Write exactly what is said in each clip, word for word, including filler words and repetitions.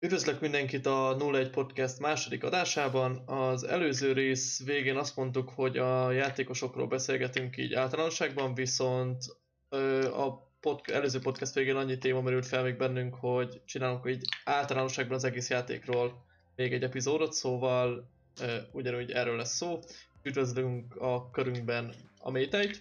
Üdvözlök mindenkit a nulla egy Podcast második adásában. Az előző rész végén azt mondtuk, hogy a játékosokról beszélgetünk így általánosságban, viszont ö, a pod- előző podcast végén annyi téma merült fel még bennünk, hogy csinálunk így általánosságban az egész játékról még egy epizódot, szóval ö, ugyanúgy erről lesz szó. Üdvözlünk a körünkben a Méteit,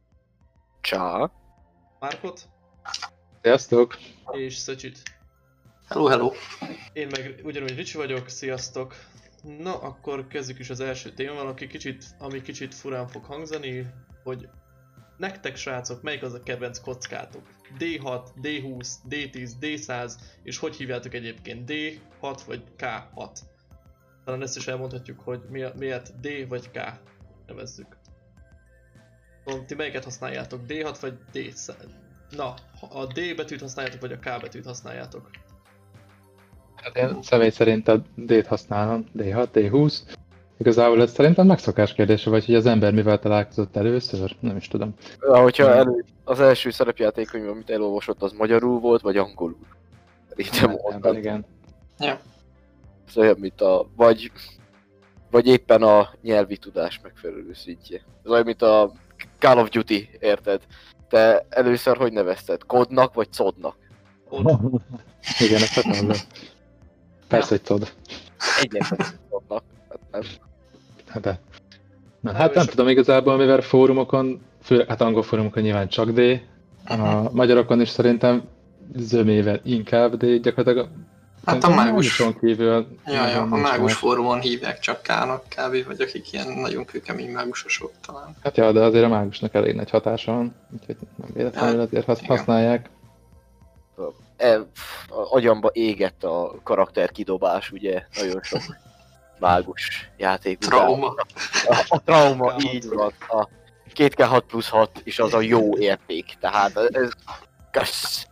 Csá. Márkot Sziasztok! és Szöcsit. Hello, hello. Én meg ugyanúgy Ricsi vagyok, sziasztok! Na, akkor kezdjük is az első témával, aki kicsit, ami kicsit furán fog hangzani, hogy nektek srácok, melyik az a kedvenc kockátok? dé hat, dé húsz, dé tíz, dé száz, és hogy hívjátok egyébként? dé hat vagy ká hat? Talán ezt is elmondhatjuk, hogy miért D vagy K nevezzük. Szóval ti melyiket használjátok? dé hat vagy D száz? Na, a D betűt használjátok, vagy a K betűt használjátok? Hát én személy szerint a D-t használom, dé hat, dé húsz. Igazából ez szerintem megszokás kérdése, vagy hogy az ember mivel találkozott először? Nem is tudom. Hogyha elő, az első szerepjátékkönyv, amit elolvasott, az magyarul volt, vagy angolul? Szerintem mondtad. Igen. Ja. Ez olyan, mint a... Vagy, vagy éppen a nyelvi tudás megfelelő szintje. Ez olyan, mint a Call of Duty, érted? Te először hogy nevezted? Kodnak, vagy Codnak? Igen, ezt tudom. Persze, hogy Cod. Egyetlen Codnak. Hát nem. De. Na, hát nem tudom igazából, mivel fórumokon, főleg hát angol fórumokon nyilván csak D, a magyarokon is szerintem zömével inkább D, gyakorlatilag hát a mágus, kívül ja, ja, a mágus fórumon hívják csak K-nak kb. Vagy akik ilyen nagyon kőkemény mágusosok talán. Hát ja, de azért a mágusnak elég nagy hatása van, úgyhogy nem véletlenül hát, azért hasz, használják. E, agyamba égett a karakter kidobás, ugye, nagyon sok mágus játék. Trauma. A, a trauma, így van. A két ká hat plusz hat is az a jó érték, tehát ez... Kösz.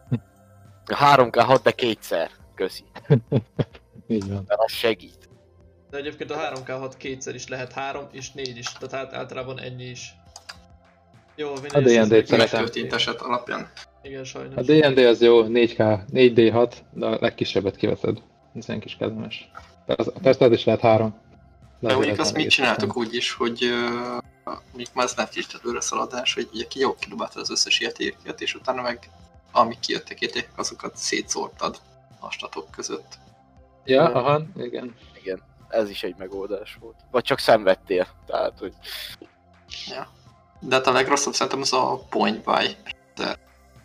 A három ká hat, de kétszer. Köszi. Így van. Mert az segít. De egyébként a három ká hat kétszer is lehet három és négy is, tehát általában ennyi is. Jó, a dé en dé-t szeretem. eset alapján. Igen, sajnos. A dé en dé az jó, négy ká, négy dé hat, de a legkisebbet kiveszed. Ez ilyen kis kellemes. Persze ez is lehet három. De, de mondjuk azt mit csináltok úgy is, hogy uh, mondjuk már ez nem kis előre szaladás, hogy ugye ki jól kidobáltad az összes játékokat, és utána meg amik kijöttek játékok, azokat szétszórtad a statok között. Ja, uh, aha, igen. Igen, ez is egy megoldás volt. Vagy csak szenvedtél, tehát hogy... Ja. De hát a legrosszabb szerintem az a point buy. De...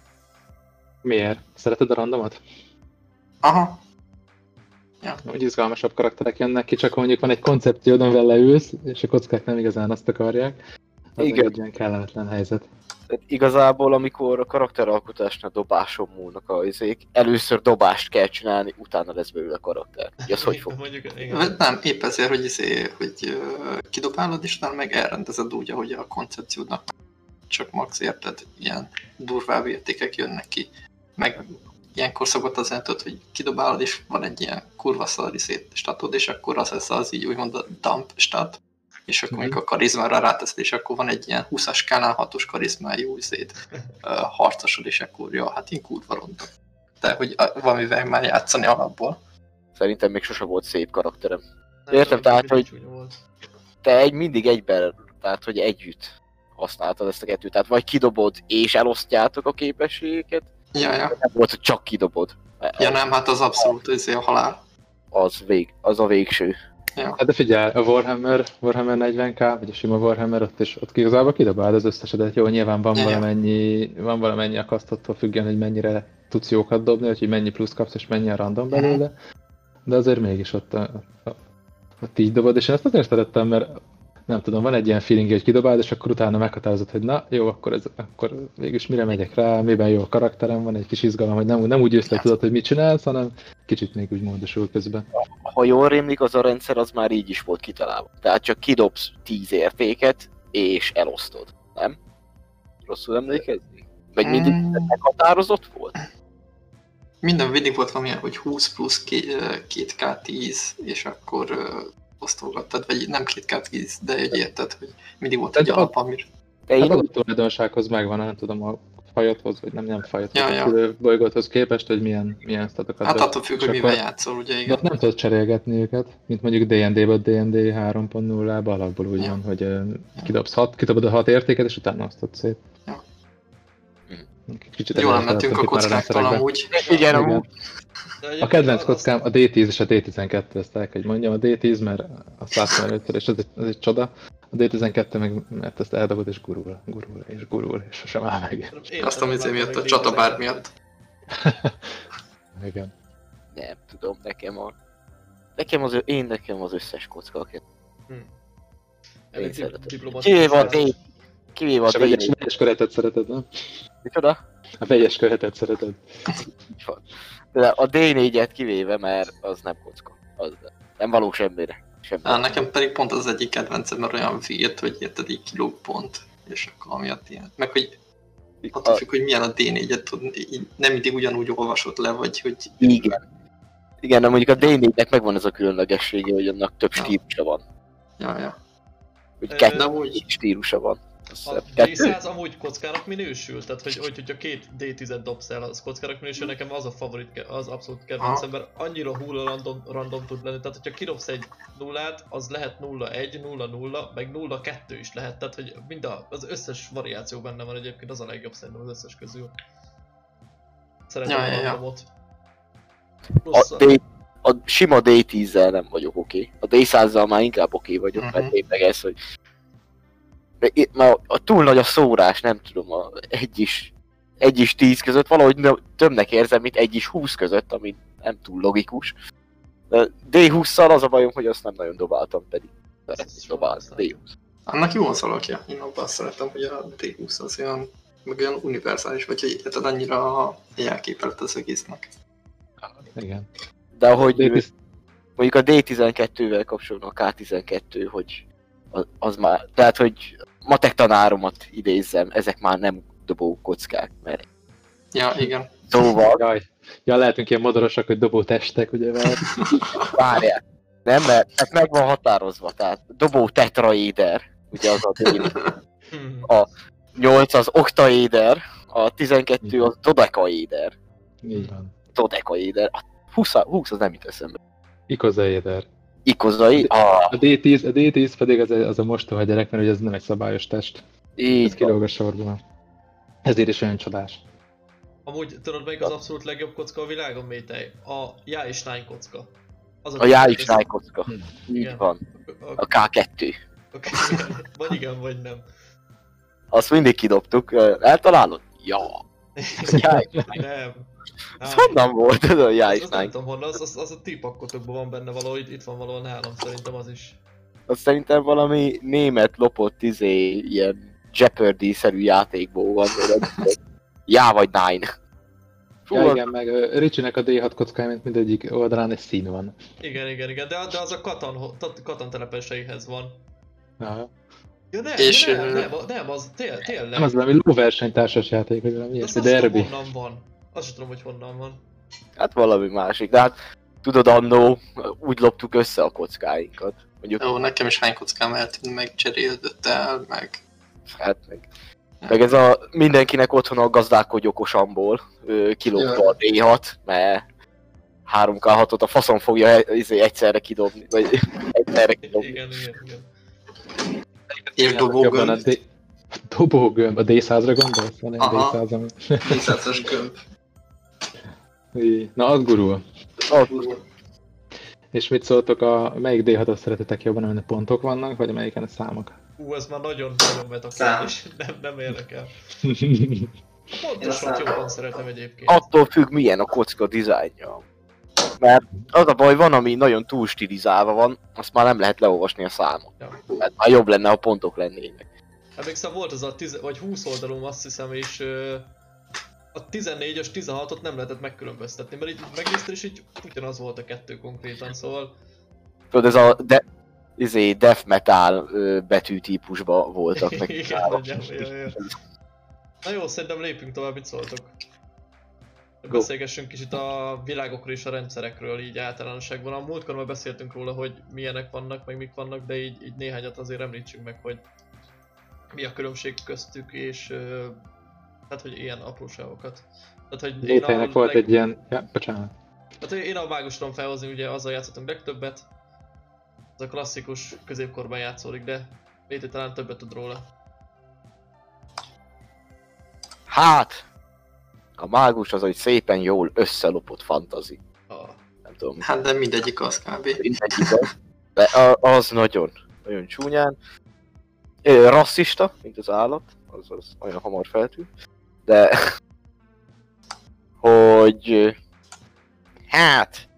Miért? Szereted a randomot? Aha. Ja. Úgy izgalmasabb karakterek jönnek ki, csak mondjuk van egy koncepciód, amivel leülsz, és a kockák nem igazán azt akarják. Az igen. Egy ilyen kellemetlen helyzet. Tehát igazából, amikor a karakteralkotásnál dobáson múlnak a izék, először dobást kell csinálni, utána lesz belőle karakter. Ez hogy fog? Nem, épp ezért, hogy, izé, hogy uh, kidobálod, és utána meg elrendezed úgy, ahogy a koncepciódnak csak max érted, ilyen durvább értékek jönnek ki. Meg ilyenkor szokott az jelentőt, hogy kidobálod, és van egy ilyen kurva szari statod, és akkor az lesz az így úgymond a dump stat, és akkor mm-hmm. a karizmára ráteszed, és akkor van egy ilyen húszas skálán hatos karizmájú szét uh, harcosod, és akkor jó, hát én kurva ronda. De hogy uh, valamivel már játszani alapból. Szerintem még sose volt szép karakterem. Nem, értem, tehát, hogy te egy, mindig egyben, tehát, hogy együtt használtad ezt a kettőt, tehát vagy kidobod, és elosztjátok a képességeket, ja, ja. Nem volt, hogy csak kidobod. Ja nem, hát az abszolút az a halál. Az, vég, az a végső. Ja. Hát de figyelj, a Warhammer, Warhammer negyven ká, vagy a sima Warhammer, ott is ott igazából kidobáld az összesedet. Jó, nyilván van, ja, valamennyi, van valamennyi akasztottól függően, hogy mennyire tudsz jókat dobni, hogy mennyi plusz kapsz, és mennyi a random belőle. De azért mégis ott, ott, ott így dobod, és én ezt azért szerettem, mert nem tudom, van egy ilyen feeling, hogy kidobáld, és akkor utána meghatározod, hogy na, jó, akkor, ez, akkor végülis mire megyek rá, miben jó a karakterem, van egy kis izgalom, hogy nem, nem úgy jössz le, tudod, hogy mit csinálsz, hanem kicsit még úgy módosul közben. Ha jól rémlik, az a rendszer az már így is volt kitalálva. Tehát csak kidobsz tíz értéket, és elosztod, nem? Rosszul emlékezni? Vagy mindig meghatározott volt? Minden mindig volt valamilyen, hogy húsz plusz két ká tíz, és akkor osztogattad, vagy nem két ká tíz, de egy érted, hogy mindig volt egy alap, amire... Hát a tulajdonsághoz megvan, nem tudom, a fajodhoz, vagy nem, nem fajodhoz, Ja, ja, ja. külő bolygóthoz képest, hogy milyen, milyen statokat Hát vesz. attól függ, És hogy mivel akkor- játszol, ugye De igen. ott nem tudod cserélgetni őket, mint mondjuk dé en dé-ben, dé en dé három pont nullában alapból úgy Ja. van, hogy ö, kidobsz hat, kidobod a hat értéket, és utána osztod szét. Ja. Kicsit Jól előre mentünk a szaladtunk itt már kockáktól rendszerekbe. amúgy. Igen, Igen. amúgy. De A egyébként kedvenc az- kockám a dé tíz és a dé tizenkettő, ezt el kell, hogy mondjam, a dé tíz, mert azt láttam először, és ez egy, ez egy csoda. A dé tizenkettő meg, mert ezt eldobod, és gurul, gurul, és gurul, és sosem áll meg. Én Azt nem a izé látom miatt, még a csatabár létezett. miatt. Igen. Nem tudom, nekem a... Nekem az, én nekem az összes kocka, aki... Elég Én dip- szeretem. diplomatikus Kivéve a ez. D... Kivéve a És a vegyes, D... vegyes köretet szereted, nem? Micsoda? A vegyes köretet szereted. Így van. De a dé négyet kivéve, mert az nem kocka. Az nem való semmire. Semmire. Á, nekem pedig pont az egyik kedvencem, mert olyan vért, hogy érted, így kilóg pont. És akkor amiatt ilyen. Meg hogy attól A, függ, hogy milyen a dé négyet, tudod, így nem mindig ugyanúgy olvasott le, vagy hogy... igen. Igen, de mondjuk a dé négynek megvan ez a különlegessége, hogy annak több Ja. stílusa van. Ja, ja. Hogy Ö, kettő De úgy, stílusa van. Azt A hiszem, dé kettő? száz amúgy kockának minősül, tehát hogy, hogy hogyha két dé tízet dobsz el, az kockának minősül, nekem az a favorit, ke- az abszolút kedvencem, mert annyira hulla random, random tud lenni, tehát hogyha kidobsz egy nullát, az lehet nulla egy, nulla nulla, meg nulla kettő is lehet, tehát hogy mind a, az összes variáció benne van egyébként, az a legjobb szerintem az összes közül. Szeretem Ja, a ja, ja. randomot. Plusz A, D, a sima dé tízzel nem vagyok oké. Okay. A dé százzal már inkább oké okay vagyok, Mhm. mert tényleg ez, hogy... De itt már a túl nagy a szórás, nem tudom, a egy is, egy is tíz között valahogy nö- többnek érzem, mint egy is húsz között, ami nem túl logikus. De dé hússzal az a bajom, hogy azt nem nagyon dobáltam, pedig szeretném dobálni dé húsz. annak jó az alakja. Én abban azt szeretem, hogy a dé húsz az olyan, meg olyan univerzális, vagy hogy érted, annyira jelképelt az egésznek. Igen. De ahogy dé tíz mondjuk a dé tizenkettővel kapcsolatban a ká tizenkettő, hogy az, az már, tehát hogy matek tanáromat idézzem, ezek már nem dobó kockák, mert Ja, igen. szóval, Jaj. Ja, lehetünk ilyen modorosak, hogy dobó testek, ugye vele. várjál, nem, mert ez meg van határozva, tehát dobó tetraéder, ugye az a dé, Hmm. nyolc az oktaéder, a tizenkettő az dodekaéder, Így van. dodekaéder, a húsz, húsz az nem jut eszembe. Ikozaéder. Ikozai, ah, A dé tíz, a dé tíz pedig az a, az a mostoha gyerek, mert ugye ez nem egy szabályos test. Ez így van. kilóg a sorból. Ezért is olyan csodás. Amúgy tudod melyik az abszolút legjobb kocka a világon, Métej? A Jáisnány kocka. Az A Jáis kocka, Hm. így Igen. van, A, a ká kettő. a, vagy igen, vagy nem. Azt mindig kidobtuk, eltalálod? Ja. Jáj, Nem. ez honnan volt ez a Az, az nem Jáisnány? tudom honnan, az, az, az a ti pakkotokban van benne valahogy, itt van valahol nálam, szerintem az is. Az szerintem valami német lopott izé, ilyen Jeopardy-szerű játékból van. Já vagy Nine. Fú, Ja, az- igen, meg ö, Ricsinek a dé hat kockája, mint mindegyik oldalán egy szín van. Igen, igen, igen, de, de az a Katan, Katan telepeseihez van. Aha. Ja nem, És, ja, nem, ö, nem, nem, az té- tényleg. Nem az valami lóversenytársas játék, vagy valami Azt ilyesmi, azt derbi. tudom honnan van. Azt sem tudom, hogy honnan van. Hát valami másik, de hát tudod annó, úgy loptuk össze a kockáinkat. Mondjuk, Jó, nekem is hány kockám eltűnt, meg cserélődött el, meg... hát meg. Meg ez a mindenkinek otthon a gazdálkodj okosamból ö, kilopta Ja. a dé hat, mert három ká hatot a faszon fogja e- izé egyszerre kidobni, vagy egyszerre kidobni. Igen, igen, igen. És Jobban a dobógömb, D... Dobógömb, a dé százra gondolsz? Van egy Aha. dé száz, ami... négyszázas gömb. Í- Na, az gurul. Az, És mit szóltok, a melyik dé hatot szeretetek jobban, amin a pontok vannak, vagy amelyiken a számok? Ú, ez már nagyon-nagyon metakérdés. Nem, nem érdekel. A Én a pontosat számot- jobban szeretem egyébként. attól függ milyen a kocka dizájnja. Mert az a baj, van, ami nagyon túl stilizálva van, azt már nem lehet leolvasni a számot. Ja. Mert már jobb lenne, ha pontok lennének. Emlékszem, volt az a tíz vagy húsz oldalom, azt hiszem, és ö, a tizennégyes, tizenhatot nem lehetett megkülönböztetni, mert így megnézted, és így ugyanaz volt a kettő konkrétan, szóval... Tudod, ez a de, izé, death metal ö, betűtípusban voltak meg. Igen, nagyjából, ja, ja. Na jó, szerintem lépjünk tovább, mit szóltok? Beszélgessünk kicsit a világokról és a rendszerekről így általánosságban. A múltkor már beszéltünk róla, hogy milyenek vannak, meg mik vannak, de így, így néhányat azért említsünk meg, hogy mi a különbség köztük, és uh, Tehát, hogy ilyen apróságokat. Tehát, hogy én a Léteinek volt leg... egy ilyen... Ja, bocsánat. Tehát, hogy én a mágus tudom felhozni, ugye azzal játszottunk legtöbbet. Ez a klasszikus középkorban játszódik, de Léti talán többet tud róla. Hát! A mágus az, hogy szépen jól összelopott fantazi. Ah. Nem tudom. Hát de mindegyik az kb. Mindegyik az. De a- az nagyon, nagyon csúnyán. Ö, rasszista, mint az állat. Az, az olyan hamar feltűnt. De... hogy... hát...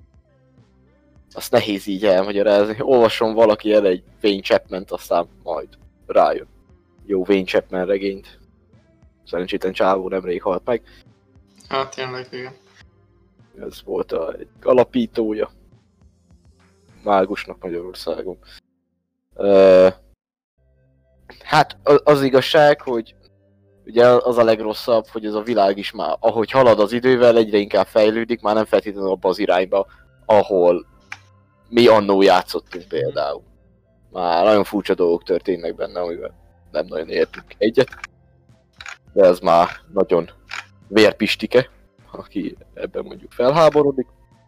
azt nehéz így elmagyarázni. Olvasom valaki el egy Wayne Chapman-t, aztán majd rájön. Jó Wayne Chapman regényt. Szerencsétlen csávó nemrég halt meg. Hát tényleg, igen. Ez volt a, egy alapítója. Mágusnak Magyarországon. Uh, hát az, az igazság, hogy ugye az a legrosszabb, hogy ez a világ is már, ahogy halad az idővel, egyre inkább fejlődik, már nem feltétlenül abba az irányba, ahol mi annó játszottunk például. Már nagyon furcsa dolgok történnek benne, amivel nem nagyon értünk egyet. De ez már nagyon vérpistike, aki ebben mondjuk felháborodik.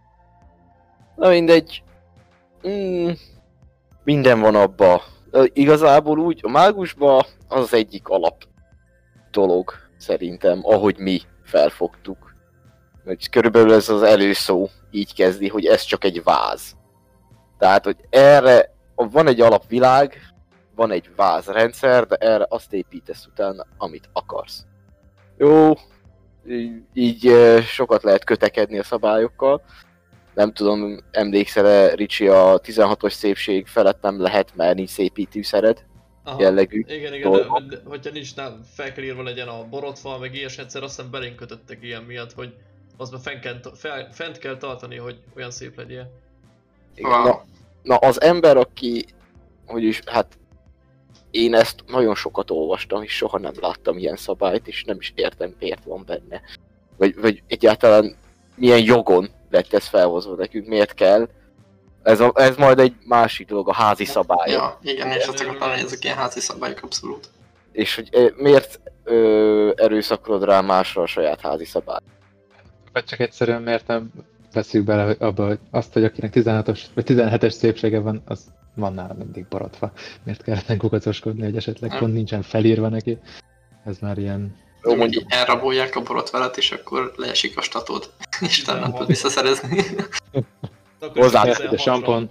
Na mindegy. Mm, minden van abba. Igazából úgy, a mágusban az, az egyik alap dolog szerintem, ahogy mi felfogtuk. Mert körülbelül ez az előszó így kezdi, hogy ez csak egy váz. Tehát, hogy erre van egy alapvilág, van egy vázrendszer, de erre azt építesz utána, amit akarsz. Jó, így, így sokat lehet kötekedni a szabályokkal. Nem tudom, emlékszel-e, Ricsi, a tizenhatos szépség felett nem lehet, mert nincs szépítőszered. Aha. Jellegű. Igen, igen, de, de, hogyha nincs, nem, fel kell írva legyen a borotva, meg ilyes egyszer, aztán belénk kötöttek ilyen miatt, hogy azban fent kell, fel, fent kell tartani, hogy olyan szép legyél. Igen, na, na az ember, aki, hogy is, hát én ezt nagyon sokat olvastam, és soha nem láttam ilyen szabályt, és nem is értem, miért van benne. Vagy, vagy egyáltalán milyen jogon lett ez felhozva nekünk, miért kell. Ez, a, ez majd egy másik dolog, a házi szabályok. Ja, igen, és azt akartam, hogy ezek ilyen házi szabályok abszolút. És hogy eh, miért ö, erőszakolod rá másra a saját házi szabályt? Vagy csak egyszerűen miért nem veszük bele abba, hogy azt, hogy akinek tizenhatos vagy tizenhetes szépsége van, az van nála mindig borotva. Miért kellene kukacoskodni, hogy esetleg Nem. pont nincsen felírva neki? Ez már ilyen... Jó, mondjuk, Mondjuk elrabolják a borotválat, és akkor leesik a statod. És nem Aha. tud visszaszerezni. Akkor Hozzá is De tizenhatra. sampon...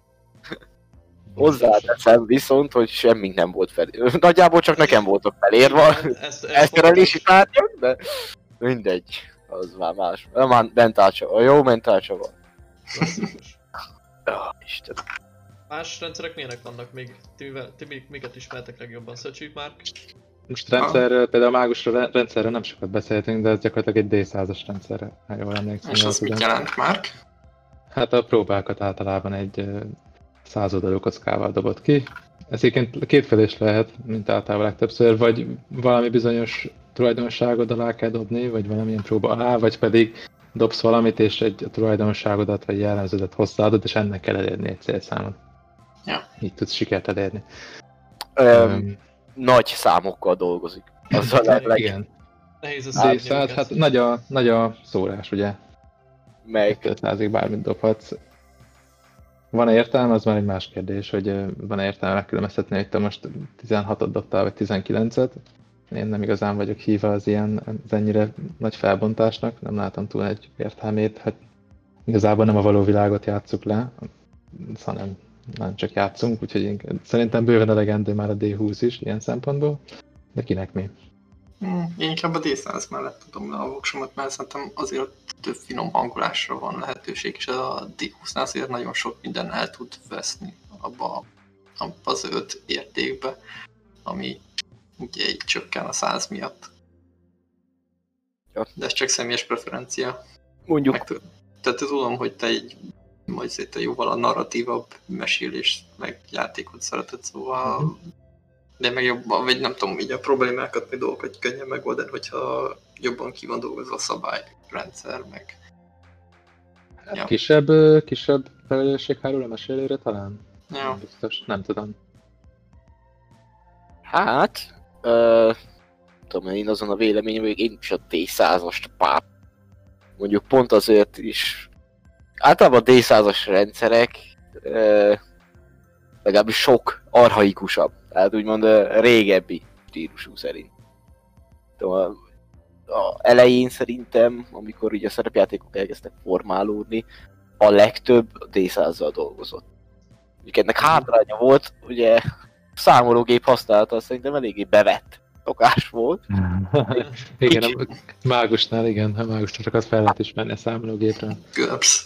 hozzáteszem viszont, hogy semmink nem volt felírva. Nagyjából csak nekem voltak felírva. Igen, Ezt, ezt Elterelési tárgyak, de mindegy. Az már más. Már mentálcsava. Jó mentálcsava. klasszikus. Ah, Isten. Más rendszerek milyenek vannak még? Ti, mivel, ti mi- miket ismertek legjobban? Szöcsük már? Most rendszerről, például a mágusról rendszerről nem sokat beszéltünk, de ez gyakorlatilag egy dé százas rendszerre, ha jól emlékszem. És jól az mit tudom. jelent már? Hát a próbákat általában egy ö, százoldalú kockával dobott ki. Ez egyébként kétfelé is lehet, mint általában legtöbbször, vagy valami bizonyos tulajdonságod alá kell dobni, vagy valamilyen próba alá, vagy pedig dobsz valamit, és egy tulajdonságodat vagy jellemződet hozzáadod, és ennek kell elérni egy célszámot. Ja. Így tudsz sikert elérni. Um, Öm, nagy számokkal dolgozik. Az a leg, leg igen. Nehéz dé összeadni száz, őket. hát nagy a, nagy a szórás, ugye? meg. ötszázig bármit dobhatsz. Van-e értelme? Az már egy más kérdés, hogy ö, van-e értelme megkülönböztetni, hogy te most tizenhatot dobtál, vagy tizenkilencet. Én nem igazán vagyok híve az ilyen, az ennyire nagy felbontásnak, nem látom túl egy értelmét, hát igazából nem a való világot játsszuk le, hanem nem csak játszunk, úgyhogy én, szerintem bőven elegendő már a dé húsz is ilyen szempontból, de kinek mi? Hmm, Én inkább a dé száz mellett tudom le a voksomat, mert szerintem azért több finom hangolásra van lehetőség, és a dé húsznál azért nagyon sok minden el tud veszni abba, abba az öt értékbe, ami ugye így csökken a száz miatt. Ja. De ez csak személyes preferencia. Mondjuk, Meg, tud- tehát tudom, hogy te egy majd szét te jóval a narratívabb mesélés meg játékot szereted, szóval Mhm. de meg jobban, vagy nem tudom, így a problémákat, meg dolgokat könnyen megoldani, hogyha jobban ki van dolgozva a szabályrendszer, meg Ja. Kisebb, ö, kisebb felelősség hárul a mesélőre talán? ja. Biztos, nem tudom. hát... Ö, tudom én azon a véleményem, hogy én is a D százast pár. Mondjuk pont azért is, általában a D százas rendszerek euh, legalábbis sok archaikusabb, tehát úgymond uh, régebbi stílusú szerint. A, a elején szerintem, amikor ugye a szerepjátékok elkezdtek formálódni, a legtöbb a D százzal dolgozott. Úgyhogy ennek hátránya volt, ugye számológép használata szerintem eléggé bevett szokás volt. Igen, a mágusnál, igen, a mágusnál csak az fel lehet ismerni a számológépre. Görps.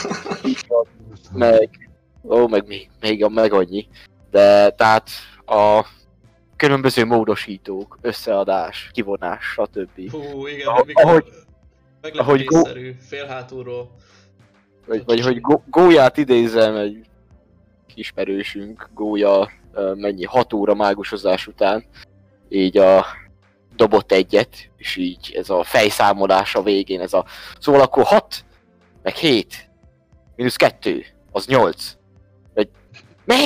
meg, ó, meg még, még, meg annyi. De tehát a különböző módosítók, összeadás, kivonás, stb. Hú, igen, Ah, mikor ahogy, meglepetésszerű, félhátulról. Vagy, vagy hogy go- Gólyát idézem, egy ismerősünk, Gólya mennyi, hat óra mágusozás után, így a dobott egyet, és így ez a fejszámolás a végén, ez a... Szóval akkor hat, meg hét, mínusz kettő, az nyolc. Vagy... Mi?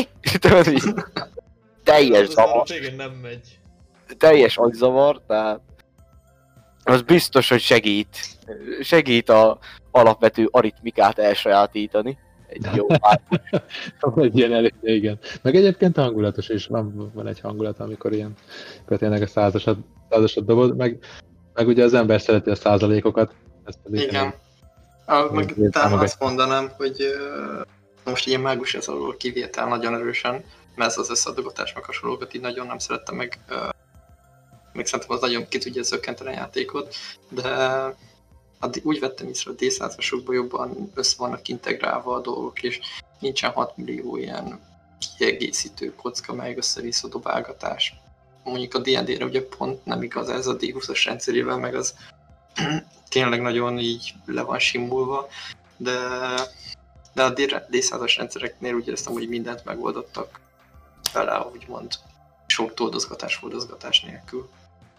Teljes zavar. nem megy. Teljes agyzavar, tehát... Az biztos, hogy segít. Segít a alapvető aritmikát elsajátítani. Egy jó mágus. Egy ilyen elég, igen. Meg egyébként hangulatos is, van, van egy hangulat, amikor ilyen, akkor tényleg a százasat, százasat dobod, meg, meg ugye az ember szereti a százalékokat. Ezt igen. Ah, meg talán azt mondanám, hogy uh, most ilyen mágus ez alól kivétel nagyon erősen, mert ez az összeadogatás meg hasonlókat így nagyon nem szerettem meg. Uh, még szerintem az nagyon ki tudja zökkenteni a játékot, de addig úgy vettem észre, a D százasokban jobban össze vannak integrálva a dolgok, és nincsen hat millió ilyen kiegészítő kocka, meg össze-vissza dobálgatás. Mondjuk a dé and dé-re ugye pont nem igaz ez a D húszas rendszerével, meg az tényleg nagyon így le van simulva, de, de a D százas rendszereknél úgy éreztem, hogy mindent megoldottak vele, úgymond sok toldozgatás, fordozgatás nélkül.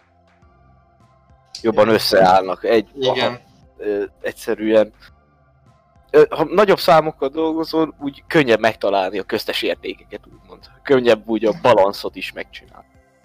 Jobban összeállnak. Egy, igen. Aha, ö, egyszerűen. Ö, ha nagyobb számokkal dolgozol, úgy könnyebb megtalálni a köztes értékeket, úgymond. Könnyebb úgy a balanszot is megcsinálni.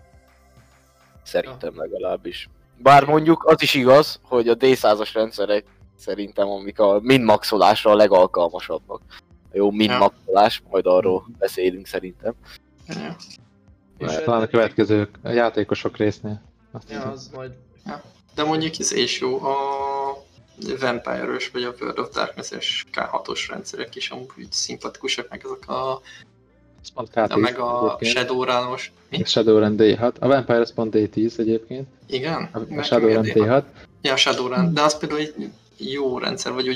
Szerintem legalábbis. Bár mondjuk az is igaz, hogy a D százas rendszerek szerintem amik a min-maxolásra a legalkalmasabbak. A jó min-maxolás, majd arról beszélünk szerintem. Ja. És talán a következő a játékosok résznél. Azt ja, az majd... Ja. De mondjuk ez is jó, a Vampire-ös vagy a World of Darkness-es ká hatos rendszerek is amúgy szimpatikusak, meg ezek a... De meg a Shadowrun-os... Mi? Shadowrun D hat. A Vampire az pont D tíz egyébként. Igen? A, a Shadowrun D hat. Ja, a Shadowrun, de az például egy jó rendszer, vagy úgy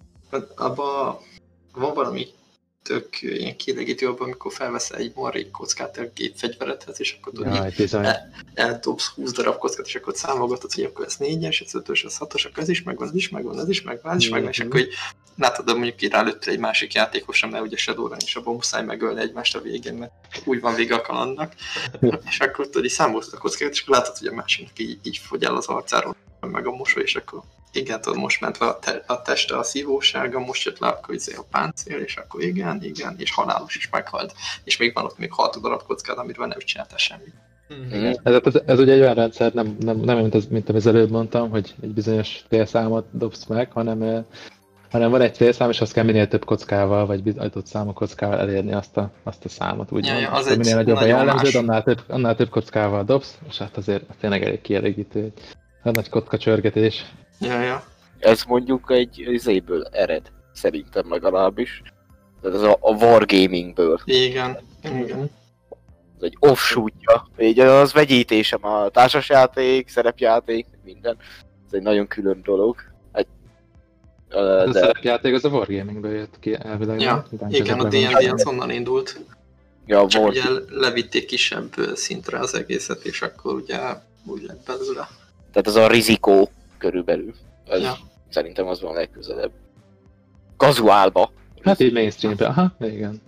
abban van valami tök ilyen kielégítő abban, amikor felveszel egy marék kockát a gépfegyveredhez, és akkor tudod, ja, el, eldobsz húsz darab kockát, és akkor számolgatod, hogy akkor ez négyes, ez ötös, ez hatos, akkor ez is megvan, ez is megvan, ez is megvan, ez is megvan, és akkor így látod, mondjuk így rálőttél egy másik játékosra, mert ugye Shadowrun is abban muszáj megölni egymást a végén, mert úgy van vége a kalandnak, és akkor tudod, így számoltad a kockákat, és akkor látod, hogy a másiknak így, így fogy el az arcáról, meg a mosoly, és akkor igen, tudod, most ment a, te- a teste a szívósága, most jött le akkor izé a páncél, és akkor igen, igen, és halálos is meghalt. És még van ott még hat darab kockád, amiről nem csináltál semmit. Mm-hmm. Ez, ez, ez ugye egy olyan rendszer, nem, nem, nem mint, az, mint amit az előbb mondtam, hogy egy bizonyos célszámot dobsz meg, hanem, hanem van egy célszám, és azt kell minél több kockával, vagy adott számú kockával elérni azt a, azt a számot, úgy ja, van. Ja, az minél nagyobb a jellemződ, annál több, annál több kockával dobsz, és hát azért tényleg elég kielégítő. A nagy kocka csörgetés. Ja, ja. Ez mondjuk egy izéből ered, szerintem legalábbis. Ez a, a Wargamingből. Igen, igen. Ez egy offshootja. Így az vegyítésem a társasjáték, szerepjáték, minden. Ez egy nagyon külön dolog. Egy, uh, de... A szerepjáték az a Wargamingből jött ki elvileg. Ja, igen, a dé and dé az onnan indult. Ja, csak War... ugye levitték kisebb szintre az egészet, és akkor ugye úgy lett belőle. Tehát az a rizikó körülbelül. Ez ja. Szerintem az van legközelebb. Kazuálba. Hát így mainstreambe, aha, igen.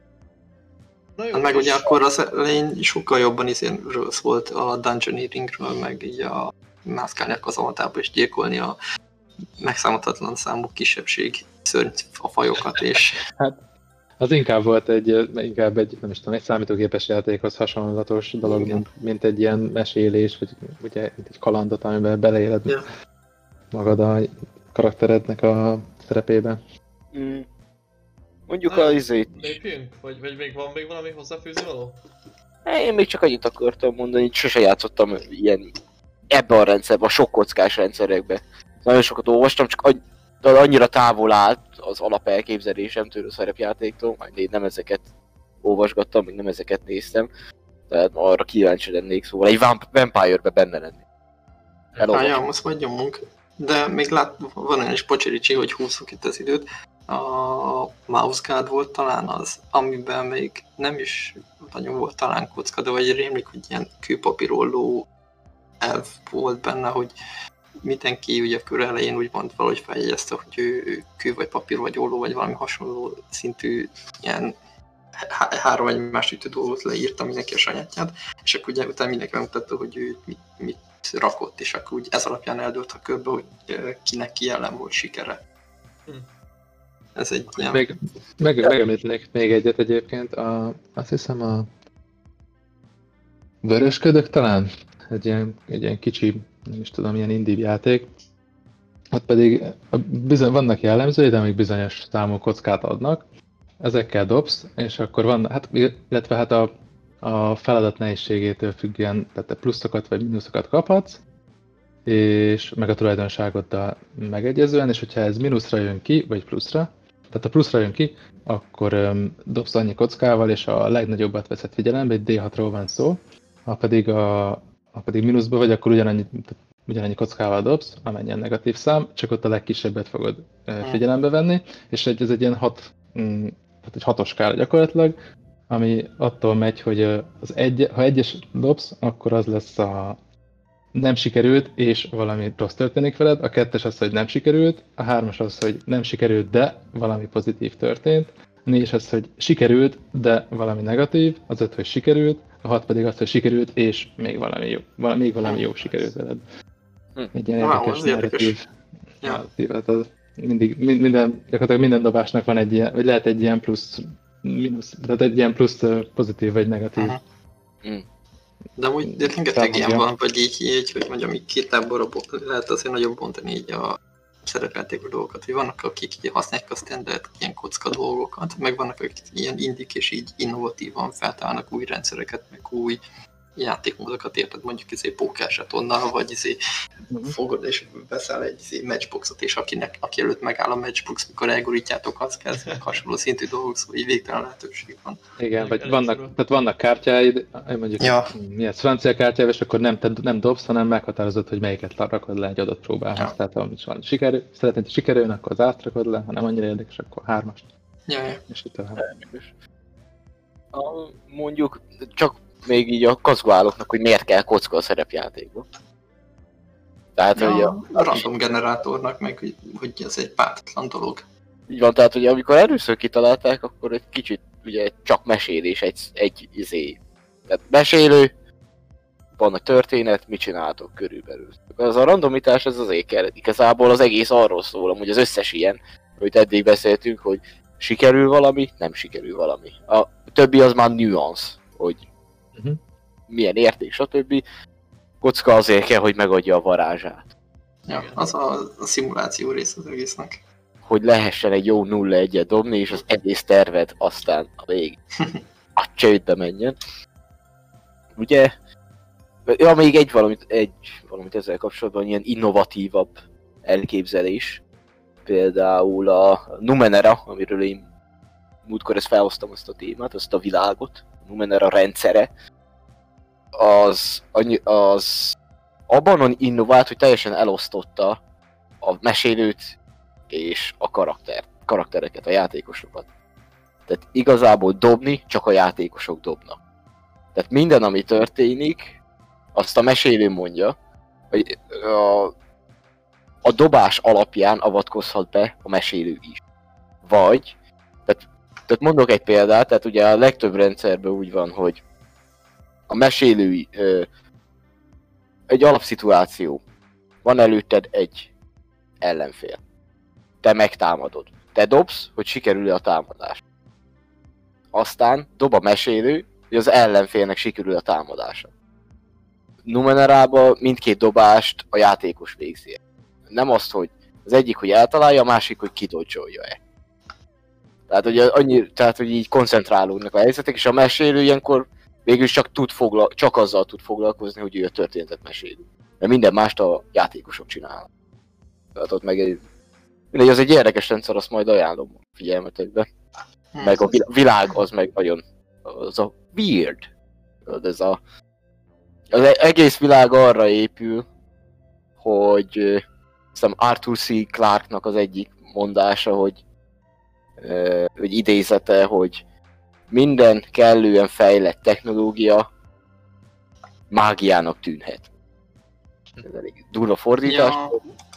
Na jó, meg ugye akkor az elején sokkal jobban izénről volt a dungeoneeringről, meg így a mászkálni a kazamatába és gyilkolni a megszámolhatatlan számú kisebbség szörny a fajokat és... Hát Az inkább volt egy, inkább egy, nem is tudom, egy számítógépes játékhoz hasonlatos dolog, mint, mint egy ilyen mesélés, vagy ugye, mint egy kalandot, amiben beleéled Ja. magad a karakterednek a szerepébe. Mm. Mondjuk Na, a izét is. Lépjünk? Vagy, vagy még van még valami hozzáfűzni való? Én még csak annyit akartam mondani, hogy sose játszottam ilyen ebbe a rendszerbe, a sok kockás rendszerekbe. Nagyon sokat olvastam, csak anny- annyira távol állt az alapelképzelésemtől a szerepjátéktól, majd én nem ezeket olvasgattam, még nem ezeket néztem. Tehát arra kíváncsi lennék, szóval egy vamp- Vampire-be benne lennék. Elolvasom. Hányal, most majd nyomunk. De még lát, van olyan is Pocsericsi, hogy húzzuk itt az időt. A Mouse Guard volt talán az, amiben még nem is nagyon volt talán kocka, de vagy rémlik, hogy ilyen kőpapírolló elv volt benne, hogy mindenki ugye a kör elején úgymond valahogy feljegyezte, hogy ő kő vagy papír vagy olló vagy valami hasonló szintű ilyen há- három egymást ütő dolgot leírta mindenki a sajátját, és akkor ugye utána mindenki megmutatta, hogy ő mit, mit rakott, és akkor úgy ez alapján eldőlt a körbe, hogy kinek ki ellen volt sikere. Hm. Ez egy ilyen... Meg, meg, megemlítenék még egyet egyébként, a, azt hiszem a Vörösködök talán, egy ilyen, egy ilyen kicsi, nem is tudom, ilyen indie játék. Ott pedig bizony, vannak jellemzői, de még bizonyos számú kockát adnak. Ezekkel dobsz, és akkor van, hát, illetve hát a, a feladat nehézségétől függően, tehát te pluszokat vagy mínuszokat kaphatsz, és meg a tulajdonságoddal megegyezően, és hogyha ez mínuszra jön ki, vagy pluszra, tehát ha pluszra jön ki, akkor um, dobsz annyi kockával, és a legnagyobbat veszed figyelembe, egy dé hatról van szó, ha pedig, a, ha pedig mínuszba vagy, akkor ugyanannyi, ugyanannyi kockával dobsz, amennyien negatív szám, csak ott a legkisebbet fogod uh, figyelembe venni, és egy, ez egy ilyen hat, um, tehát egy hatos skála gyakorlatilag, ami attól megy, hogy az egy, ha egyes dobsz, akkor az lesz a nem sikerült, és valami rossz történik veled, a kettes az, hogy nem sikerült, a hármas az, hogy nem sikerült, de valami pozitív történt, a négyes az, hogy sikerült, de valami negatív, az öt, hogy sikerült, a hat pedig az, hogy sikerült, és még valami jó, val- még valami jó sikerült veled. Egy ilyen Wow, érdekes az érdekes. narratív. Ja. narratív, hát az mindig, min- minden, gyakorlatilag minden dobásnak van egy ilyen, vagy lehet egy ilyen plusz, mínusz, tehát egy ilyen plusz ö, pozitív vagy negatív. Aha. Mm. De úgy de rengeteg Támadja. ilyen van, vagy így, így hogy mondjam, így két táborra bo- lehet azért nagyon bontani így a szerepjátékos dolgokat, hogy vannak, akik így használják a standard ilyen kocka dolgokat, meg vannak, akik ilyen indik és így innovatívan feltalálnak új rendszereket, meg új játékmódokat, érted, mondjuk izé pókerzsetonnal, vagy izé Mhm. fogod és veszel egy izé matchboxot, és akinek, aki előtt megáll a matchbox, mikor elgurítjátok, az kezd, meg hasonló szintű dolgok, szóval így végtelen lehetőség van. Igen, vagy Elég vannak, szorul. tehát vannak kártyáid, mondjuk Ja. mi ez, francia kártyával, és akkor nem, te nem dobsz, hanem meghatározod, hogy melyiket rakod le egy adott próbához. Ja. Tehát ha is van sikerül, szeretnéd, hogy sikerüljön, akkor az át rakod le, ha nem annyira érdekes, akkor hármast, Ja, ja. és így tovább. A, mondjuk csak még így a kazgálóknak, hogy miért kell kocka a szerepjátékba. Tehát, hogy a, Ja, a random generátornak meg, hogy, hogy ez egy pártatlan dolog. így van, tehát hogy amikor először kitalálták, akkor egy kicsit ugye csak mesélés, egy, egy izé. Tehát mesélő, van a történet, mit csináltok körülbelül. Az a randomitás ez azért kell, igazából az egész arról szól, amúgy az összes ilyen, hogy eddig beszéltünk, hogy sikerül valami, nem sikerül valami. A többi az már nuance, hogy Uh-huh. milyen érték, stb. Kocka azért kell, hogy megadja a varázsát. Ja, Igen. az a, a szimuláció rész az egésznek. Hogy lehessen egy jó nulla egyet dobni, és az egész terved aztán a végig a csődbe menjen. Ugye? Ja, még egy valamit, egy valamit ezzel kapcsolatban, ilyen innovatívabb elképzelés. Például a Numenera, amiről én múltkor ezt felhoztam azt a témát, azt a világot, a Numenera rendszere, az, annyi, az abban innovált, hogy teljesen elosztotta a mesélőt és a karakter, karaktereket, a játékosokat. Tehát igazából dobni csak a játékosok dobnak. Tehát minden, ami történik, azt a mesélő mondja, hogy a, a dobás alapján avatkozhat be a mesélő is. Vagy, tehát, tehát mondok egy példát, tehát ugye a legtöbb rendszerben úgy van, hogy a mesélői ö, egy alapszituáció. Van előtted egy ellenfél. Te megtámadod. Te dobsz, hogy sikerül-e a támadás. aztán dob a mesélő, hogy az ellenfélnek sikerül a támadása. Numenerában mindkét dobást a játékos végzi. Nem azt, hogy az egyik, hogy eltalálja, a másik, hogy kidodzsolja-e. Tehát, hogy annyi, tehát, hogy így koncentrálódnak a helyzetek, és a mesélő ilyenkor végül csak, tud fogla- csak azzal tud foglalkozni, hogy ő a történetet meséli. Mert minden mást a játékosok csinálnak. Tehát ott meg egy... Mindegy, az egy érdekes rendszer, azt majd ajánlom figyelmetekbe. Meg a világ az meg nagyon... Az a weird. Ez a... Az egész világ arra épül, hogy... Hiszem Arthur C. Clarke-nak az egyik mondása, hogy... hogy idézete, hogy minden kellően fejlett technológia mágiának tűnhet. Ez elég durva fordítás, ja.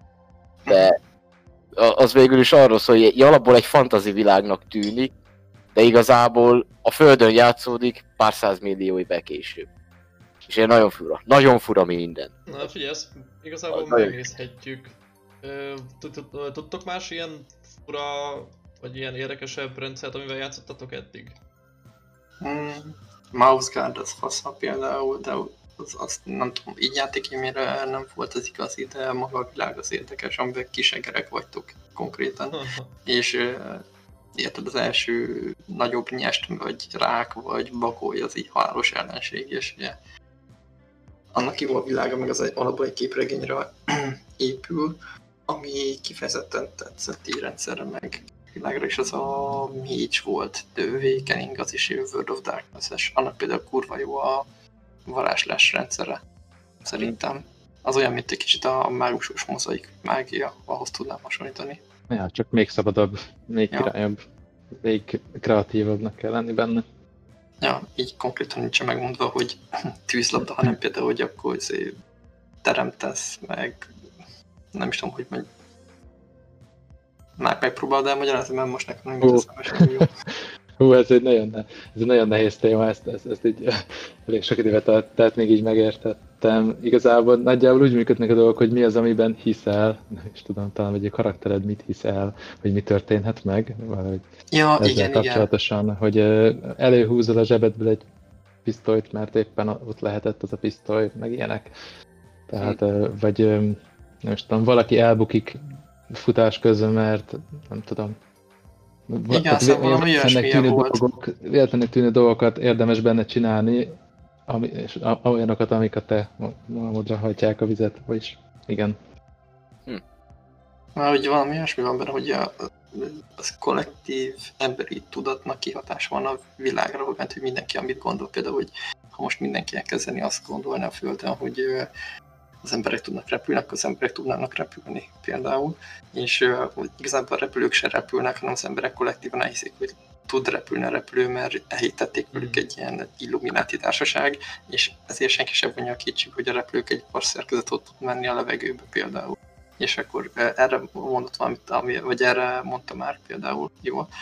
De az végül is arról szól, hogy alapból egy fantasy világnak tűnik, de igazából a Földön játszódik pár százmillió évvel később. És ilyen nagyon fura, nagyon fura minden. Na figyelj, ezt igazából megnézhetjük. Tudtok más ilyen fura, vagy ilyen érdekesebb rendszert, amivel játszottatok eddig? Mm, Mouse Guard az fasza például, de az, azt nem tudom, így játékémére nem volt az igazi, de maga a világ az érdekes, amivel kisegerek vagytok konkrétan. És érted, az első nagyobb nyest, vagy rák, vagy bagoly, az így halálos ellenség, és ugye annak jó a világa, meg az egy, alapból egy képregényre épül, ami kifejezetten tetszett így rendszerre, meg világra is az a Mage volt, The Awakening, az is World of Darkness-es. Annak például kurva jó a varázslás rendszere, szerintem. Az olyan, mint egy kicsit a mágusos mozaik mágia, ahhoz tudnám hasonlítani. Ja, csak még szabadabb, még ja. királyabb, még kreatívabbnak kell lenni benne. Ja, így konkrétan nincs megmondva, hogy tűzlabda, hanem például, hogy akkor teremtesz, meg nem is tudom, hogy mondj. Már megpróbálod elmagyarázni, mert most nekem nem jut eszembe jó. Hú, ez egy nagyon, ne, ez egy nagyon nehéz téma, ezt, ezt, ezt így elég sok idővel telt, tehát még így megértettem. Igazából nagyjából úgy működnek a dolgok, hogy mi az, amiben hiszel, nem is tudom, talán vagy a karaktered mit hiszel, hogy mi történhet meg, valahogy ja, ezzel igen, kapcsolatosan, igen. Hogy előhúzol a zsebedből egy pisztolyt, mert éppen ott lehetett az a pisztoly, meg ilyenek. Tehát, hmm. vagy nem is tudom, valaki elbukik futás közben, mert nem tudom. Igen, szóval valami ilyesmilyen volt. Dolgok, véletlenül tűnő dolgokat érdemes benne csinálni, ami, és olyanokat, amik a te magamodra hajtják a vizet, vagyis igen. Hm. Már hogy valami ilyesmi van benne, hogy a, az kollektív emberi tudatnak kihatása van a világra, mert hogy mindenki amit gondol, például, hogy ha most mindenki elkezdeni azt gondolni a Földön, hogy az emberek tudnak repülni, akkor az emberek tudnának repülni például, és uh, igazából a repülők se repülnek, hanem az emberek kollektívan elhiszik, hogy tud repülni a repülő, mert elhitették velük egy ilyen illumináti társaság, és ezért senki sem vonja a kétség, hogy a repülők egy pár szerkezet ott tud menni a levegőbe például. És akkor uh, erre mondott valamit, ami, vagy erre mondta már például, jó. Uh,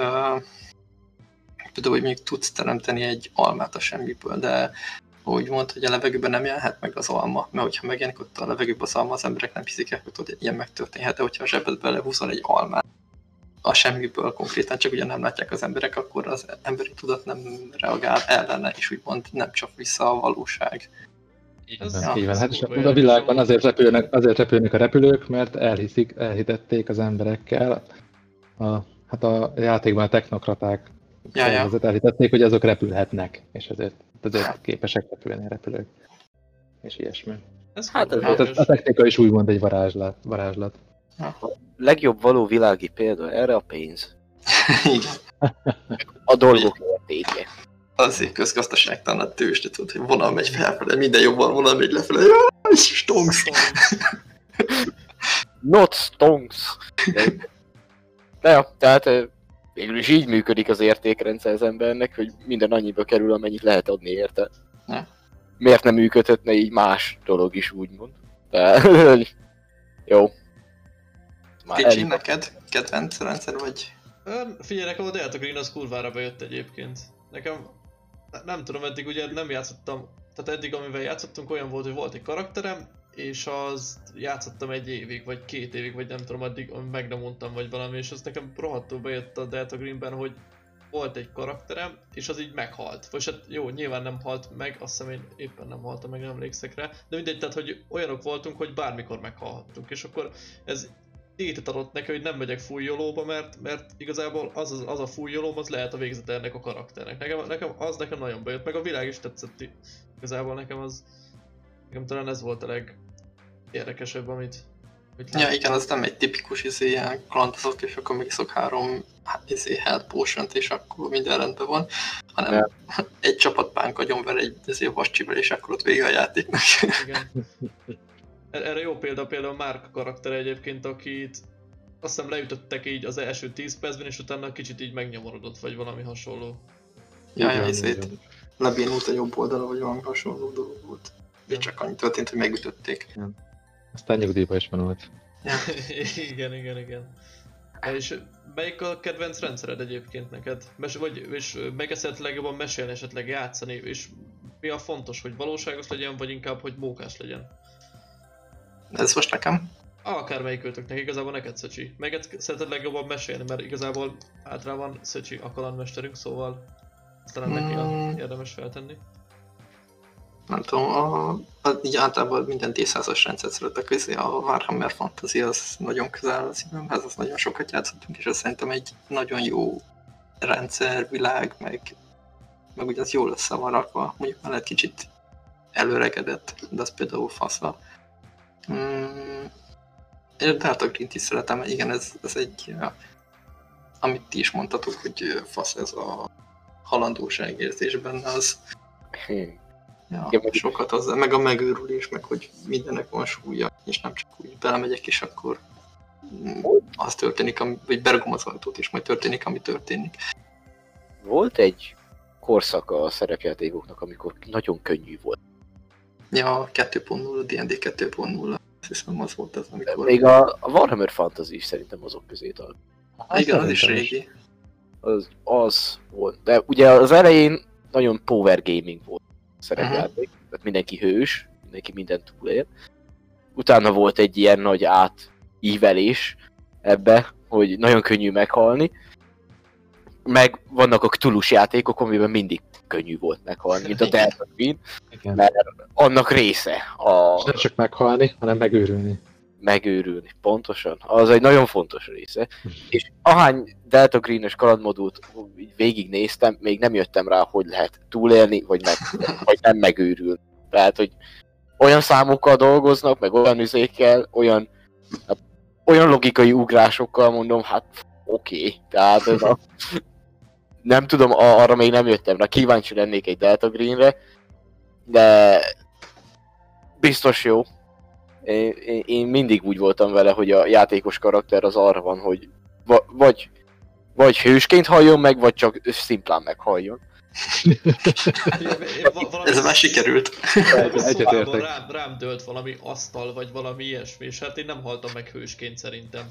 például, hogy még tudsz teremteni egy almát a semmiből, de úgy mondta, hogy a levegőben nem jelenhet meg az alma, mert hogyha megjelenik ott a levegőben az alma, az emberek nem hiszik el, hogy ott ilyen megtörténhet, de hogyha a zsebedbe lehúzol egy almát, a semmiből konkrétan, csak ugye nem látják az emberek, akkor az emberi tudat nem reagál ellene, és úgymond nem csap vissza a valóság. Ez ja. Így van, hát a világban azért repülnek, azért repülnek a repülők, mert elhiszik, elhitették az emberekkel, a, hát a játékban a technokraták ja, ja. elhitették, hogy azok repülhetnek, és ezért, ezért ja. képesek repülni a repülők, és ilyesmi. Ez hát ez a, a technika is úgymond egy varázslat. varázslat. Ja. A legjobb való világi példa erre a pénz. Igen. A dolgok értéke. Azért közgazdaságtalan a tőzsde, tudod, hogy vonal megy felfele, minden jobban vonal megy lefele. Jaj, stonks! Not stonks! De jó, tehát végül is így működik az értékrendszer az embernek, hogy minden annyiba kerül, amennyit lehet adni érte. Ja. Miért nem működhetne így más dolog is, úgymond? De, jó. Kicsi, neked kedvenc rendszer vagy? Figyelj, nekem a Delta Green az kurvára bejött egyébként. Nekem, nem tudom, eddig ugye nem játszottam, tehát eddig amivel játszottunk olyan volt, hogy volt egy karakterem, és az játszottam egy évig, vagy két évig, vagy nem tudom, addig meg nem mondtam, vagy valami, és az nekem rohadtul bejött a Delta Greenben, hogy volt egy karakterem, és az így meghalt. Vagy hát jó, nyilván nem halt meg, azt hiszem én éppen nem haltam meg, nem emlékszek rá. De mindegy, tehát hogy olyanok voltunk, hogy bármikor meghalhattunk. És akkor ez tétet adott neki, hogy nem megyek fújjolóba, mert, mert igazából az, az, az a fújjolóm, az lehet a végzete ennek a karakternek. Nekem, nekem az nekem nagyon bejött, meg a világ is tetszett. Igazából nekem az, nekem talán ez volt a legérdekesebb, amit, amit Ja igen, az nem egy tipikus izé, ilyen kalandozok, és akkor megiszok három izé, health potion-t, és akkor minden rendben van, hanem ja. egy csapatpánk agyon vele egy izé, vascsivel, és akkor ott vége a játéknak. Igen. Erre jó példa például Mark karaktere egyébként, akit azt hiszem leütöttek így az első tíz percben, és utána kicsit így megnyomorodott, vagy valami hasonló. Ja, ja, ezért lebénult a jobb oldala, vagy valami hasonló dolog volt. És csak annyit történt, hogy megütötték. Ja. Aztán nyugdíjba is vonult. Ja. igen, igen, igen. És melyik a kedvenc rendszered egyébként neked? Mes vagy és melyik szeret legjobban mesélni, esetleg játszani, és mi a fontos, hogy valóságos legyen, vagy inkább, hogy mókás legyen? Ez most nekem? Akármelyik őtöknek, igazából neked Szöcsi. Melyiket szereted legjobban mesélni, mert igazából általában Szöcsi a kalandmesterünk, szóval talán neki a érdemes feltenni. Nem tudom, a, a, így általában minden tízszázas rendszert szeretek, közé a Warhammer Fantasy az nagyon közel áll a szívemhez, az nagyon sokat játszottunk, és az szerintem egy nagyon jó rendszer, világ, meg, meg ugye az jól össze van rakva, mondjuk már egy kicsit előregedett, de az például fasza. Mm, én a Delta Green-t is szeretem, igen, ez, ez egy, amit ti is mondtatok, hogy fasz ez a halandóság érzés benne, az ja, sokat hozzá, meg a megőrülés, meg hogy mindennek van súlya, és nem csak úgy belemegyek, és akkor az történik, ami, vagy bergom az ajtót, és majd történik, ami történik. Volt egy korszaka a szerepjátékoknak, amikor nagyon könnyű volt. Ja, kettő pont nulla, dé and dé kettő pont nulla, azt hiszem az volt az, amikor... Még a Warhammer Fantasy is szerintem azok közé tart. Igen, az is régi. Az, az volt, de ugye az elején nagyon power gaming volt a szerepjáték, uh-huh. tehát mindenki hős, mindenki mindent túlél. Utána volt egy ilyen nagy átívelés ebbe, hogy nagyon könnyű meghalni. Meg vannak a Cthulhu játékok, amiben mindig könnyű volt meghalni, mint a Delta Green, mert annak része a... És nem csak meghalni, hanem megőrülni. Megőrülni, pontosan. Az egy nagyon fontos része. És ahány Delta Green-es kalandmodult végignéztem, még nem jöttem rá, hogy lehet túlélni, vagy, meg, vagy nem megőrülni. Tehát, hogy olyan számokkal dolgoznak, meg olyan üzékkel, olyan, olyan logikai ugrásokkal mondom, hát oké. Okay. Tehát ez a... Nem tudom, arra még nem jöttem rá, kíváncsi lennék egy Delta Greenre, de biztos jó. Én, én mindig úgy voltam vele, hogy a játékos karakter az arra van, hogy vagy, vagy hősként halljon meg, vagy csak szimplán meghalljon. Ez már sikerült. Egyetértek. Rám, rám dőlt valami asztal, vagy valami ilyesmi, és hát én nem haltam meg hősként szerintem.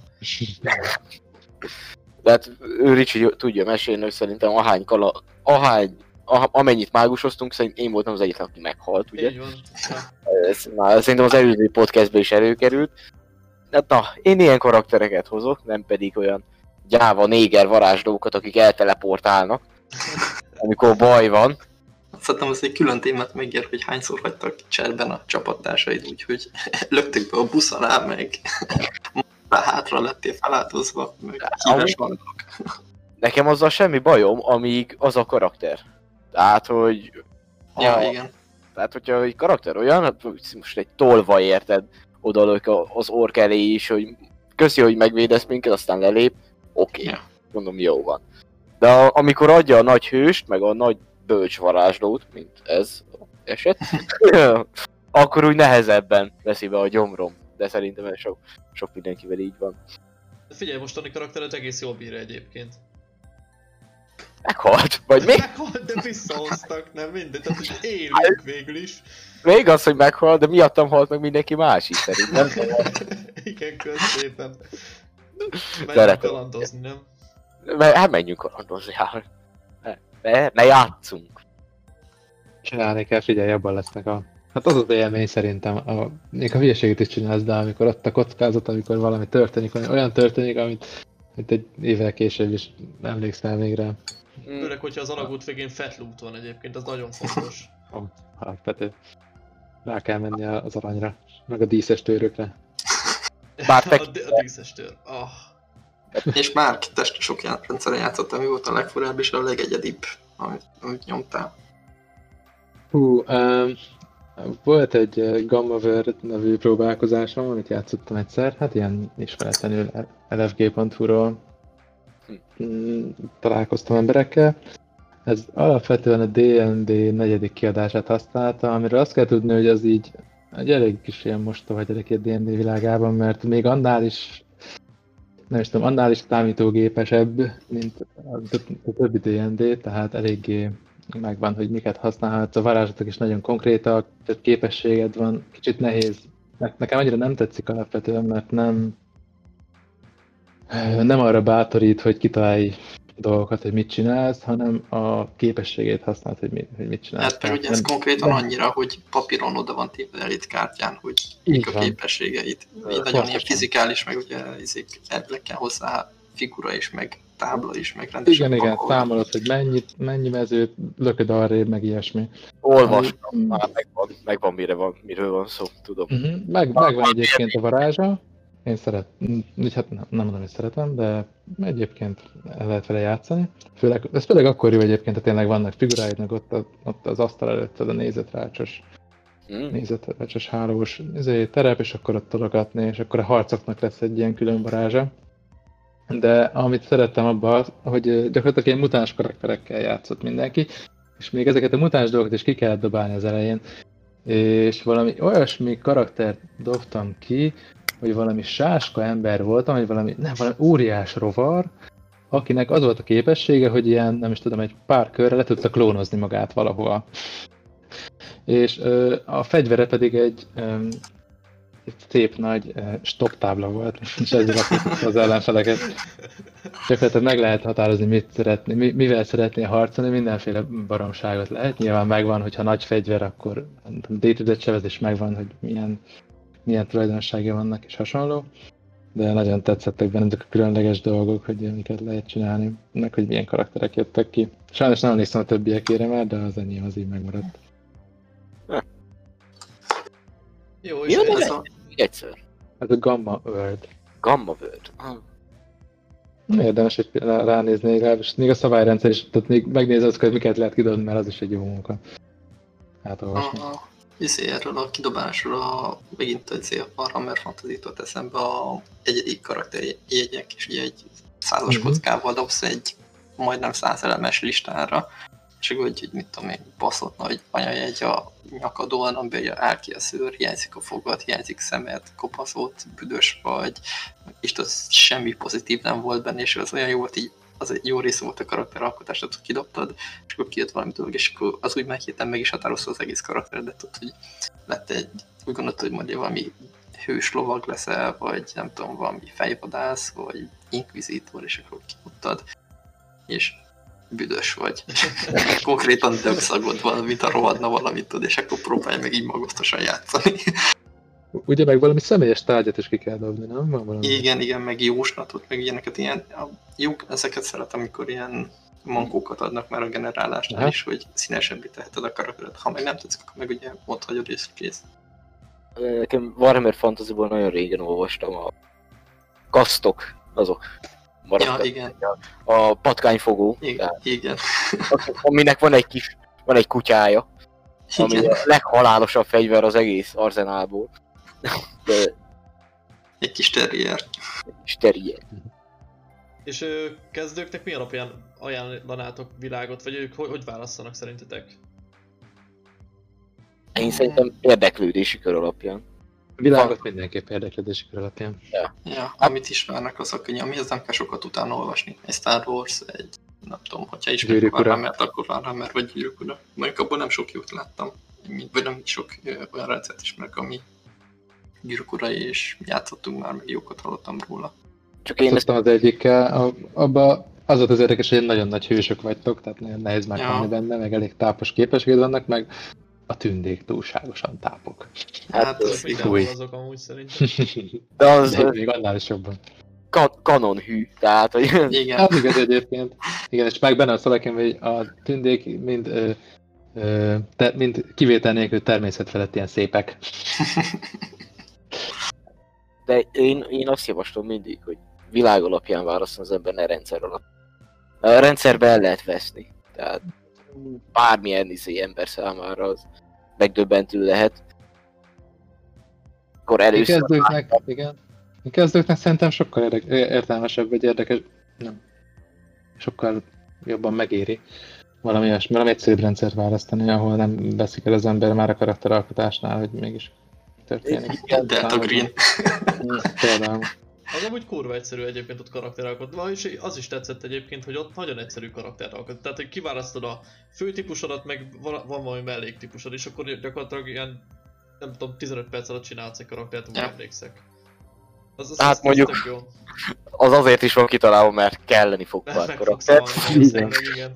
De hát ő Ricsi tudja mesélni, hogy szerintem ahány kala, ahány, ah, amennyit mágusoztunk, szerintem én voltam az egyetlen, aki meghalt, ugye? Így van. Ez, na, szerintem az előző podcastben is előkerült. Hát na, én ilyen karaktereket hozok, nem pedig olyan gyáva néger varázslókat, akik elteleportálnak, amikor baj van. Szerintem az egy külön témát megér, hogy hányszor hagytak cserben a csapattársaid, úgyhogy löktek be a busz alá, meg hátra lettél feláldozva, meg híves vannak. Nekem azzal semmi bajom, amíg az a karakter. Tehát, hogy... Ja, a, igen. Tehát, hogyha egy karakter olyan, hát most egy tolva érted, odalök az ork elé is, hogy köszi, hogy megvédesz minket, aztán lelép, oké, okay. Ja. Mondom, jó van. De a, amikor adja a nagy hőst, meg a nagy bölcs varázslót, mint ez eset, akkor úgy nehezebben veszi be a gyomrom. De szerintem ez sok, sok mindenkivel így van. De figyelj, mostani karaktered egész jól bírja egyébként. Meghalt, vagy mi? Meghalt, de visszahoztak, nem mindegy, tehát hogy élünk végül is. Még az, hogy meghalt, de miattam halt meg mindenki más is szerintem. Igen, köszépen. Menjünk kalandozni, nem? Hát menjünk kalandozni, hát. Ne, ne, ne játszunk. Csinálni kell, figyelj, abban lesznek a... Hát az az élmény szerintem, a, még a hülyeséget is csinálsz, de amikor ott a kockázat, amikor valami történik, olyan történik, amit, amit egy évvel később is emlékszel még rá. Főleg, hogyha az alagút végén fat loot van egyébként, az nagyon fontos. Alapvető. Rá kell menni az aranyra, meg a díszes tőrökre. Bár a, a díszes tőr. Oh. És már testre sok rendszeren játszottam, mi volt a legfurább és a legegyedibb, amit, amit nyomtál? Hú, um, volt egy Gamma World nevű próbálkozásom, amit játszottam egyszer, hát ilyen ismeretlenül el ef gé pont hu-ról találkoztam emberekkel. Ez alapvetően a dé en dé negyedik kiadását használta, amiről azt kell tudni, hogy az így egy elég kis ilyen mostoha gyerek a dé en dé világában, mert még annál is, nem is tudom, annál is számítógépesebb, mint a, a többi dé en dé, tehát eléggé megvan, hogy miket használhatsz, a varázslatok is nagyon konkrétak, tehát képességed van, kicsit nehéz. Nekem annyira nem tetszik alapvetően, mert nem nem arra bátorít, hogy kitalálj dolgokat, hogy mit csinálsz, hanem a képességét használd, hogy mit, hogy mit csinálsz. Hát ugye ez nem, konkrétan nem. Annyira, hogy papíron oda van téve elit kártyán, hogy mik a képességeid. Így nagyon ilyen fizikális, meg ugye ezek elvileg kell hozzá figura is, meg tábla is, meg rendesen igen, igen, pakolni. számolod, hogy mennyit, mennyi mezőt lököd arrébb, meg ilyesmi. Olvastam, már megvan, megvan mire van, miről van szó, tudom. Uh-huh. Meg, megvan egyébként a varázsa. Én szeret, hát nem, nem mondom, hogy szeretem, de egyébként el lehet vele játszani. Főleg, ez főleg akkor jó egyébként, ha tényleg vannak figuráid, meg ott, a, ott az asztal előtt az a nézetrácsos, mm. nézetrácsos hálós izé, terep, és akkor ott tologatni, és akkor a harcoknak lesz egy ilyen külön varázsa. De amit szerettem abban az, hogy gyakorlatilag ilyen mutáns karakterekkel játszott mindenki, és még ezeket a mutáns dolgokat is ki kellett dobálni az elején. És valami olyasmi karaktert dobtam ki, hogy valami sáska ember voltam, vagy valami, nem, valami óriás rovar, akinek az volt a képessége, hogy ilyen, nem is tudom, egy pár körre le tudta klónozni magát valahova. És ö, a fegyvere pedig egy, ö, egy szép nagy ö, stop tábla volt, és ezzel lakította az ellenfeleket. Gyakorlatilag meg lehet határozni, mit szeretni, mi, mivel szeretné harcolni, mindenféle baromságot lehet. Nyilván megvan, hogyha nagy fegyver, akkor dé-to-dé sebezés megvan, hogy milyen milyen tulajdonságai vannak és hasonló, de nagyon tetszettek benne ezek a különleges dolgok, hogy amiket lehet csinálni, meg hogy milyen karakterek jöttek ki. Sajnos nem emlékszem a többiekére már, de az enyém az így megmaradt. Jó, és Jó, ez a... egyszer. Ez a Gamma World. Gamma World. Ah. Érdemes egy ránézni, legalábbis még a szabályrendszer is, tehát még megnézed azt, hogy miket lehet kidobni, mert az is egy jó munka. Átolvasni. Hiszi erről a kidobásról a, megint egy Warhammer Fantasy jutott eszembe a egyedik karakterjegyek, és ugye egy százas uh-huh. kockával dobsz egy majdnem száz elemes listára, és akkor hogy mit tudom én, baszott nagy anyajegy a nyakadón, amiből áll ki a szőr, hiányzik a fogad, hiányzik szemed, kopaszott, büdös vagy, és az semmi pozitív nem volt benne, és az olyan jó volt így, az egy jó része volt a karakteralkotását, hogy kidobtad, és akkor kijött valami dolog, és akkor az úgy meghéten meg is határozta az egész karakteredet, tudod, hogy lett egy, úgy gondoltad, hogy mondja valami hős lovag leszel, vagy nem tudom, valami fejvadász, vagy inkvizitor, és akkor kidobtad, és büdös vagy. Konkrétan dögszagod van, mint a rohadna valamit, tudod, és akkor próbálj meg így magasztosan játszani. Ugye meg valami személyes tárgyat is ki kell dobni, nem? Van valami... Igen, igen, meg jóslatot, meg ilyeneket, ilyen, jó, ezeket szeretem, amikor ilyen mankókat adnak már a generálásnál Aha. is, hogy színesebbé teheted a karakteret. Ha meg nem tetszik, akkor meg ugye ott hagyod és kész. Nekem Warhammer Fantasyból nagyon régen olvastam a kasztok, azok maradtak. Ja, igen. A patkányfogó. Igen, igen. Aminek van egy kis, van egy kutyája, ami igen. A leghalálosabb fegyver az egész arzenálból. De... Egy kis terrier. Egy kis terrier. És ö, kezdőknek mi alapján ajánlanátok világot, vagy ők hogy, hogy válasszanak szerintetek? Én szerintem érdeklődési kör alapján. Világot van. Mindenképp érdeklődési kör alapján. Ja. ja, amit ismernek az a könnyű, amihez nem kell sokat utána olvasni. Egy Star Wars, egy nem tudom, hogyha ismernek Warhammert, akkor Warhammer vagy Gyűrűk Ura. Mondjuk abból nem sok jót láttam, vagy nem sok olyan rendszert ismerek, ami Gyűrűk Urai, és játszottunk már, meg jókat hallottam róla. Csak én ezt az egyikkel, abban az volt az érdekes, hogy nagyon nagy hősök vagytok, tehát nagyon nehéz meghalni ja. benne, meg elég tápos képességed vannak, meg a tündék túlságosan tápok. Hát, hát az mindenhol azok amúgy szerintem. De az de még annál is jobban. Ka- kanon hű, tehát hogy... Igen. Hát igaz egyébként. Igen, és meg benne a szalakem, hogy a tündék mind, ö, ö, te, mind kivétel nélkül természet felett ilyen szépek. De én, én azt javaslom mindig, hogy világ alapján válaszol az ember, ne rendszer alapján. A rendszerbe el lehet veszni. Tehát bármilyen izé ember számára az megdöbbentő lehet. Akkor Mi először... kezdőknek, igen. Mi kezdőknek szerintem sokkal érdek, értelmesebb vagy érdekes, nem. Sokkal jobban megéri valami olyasmi, valami egyszerűbb rendszert választani, ahol nem veszik el az ember már a karakteralkotásnál, hogy mégis történik. Delta Green. Például. Az amúgy kurva egyszerű egyébként ott karakteralkotni, és az is tetszett egyébként, hogy ott nagyon egyszerű karakteralkotni. Tehát, hogy kiválasztod a főtípusodat, meg van valami melléktípusod, és akkor gyakorlatilag ilyen, nem tudom, tizenöt perc alatt csinálsz egy karaktert, amúgy Ja. emlékszek. Az, az, Hát az, az mondjuk- tök jó. Az azért is van kitalálva, mert kelleni fog Meg pár fogsz karakter. halni, valószínűleg, igen.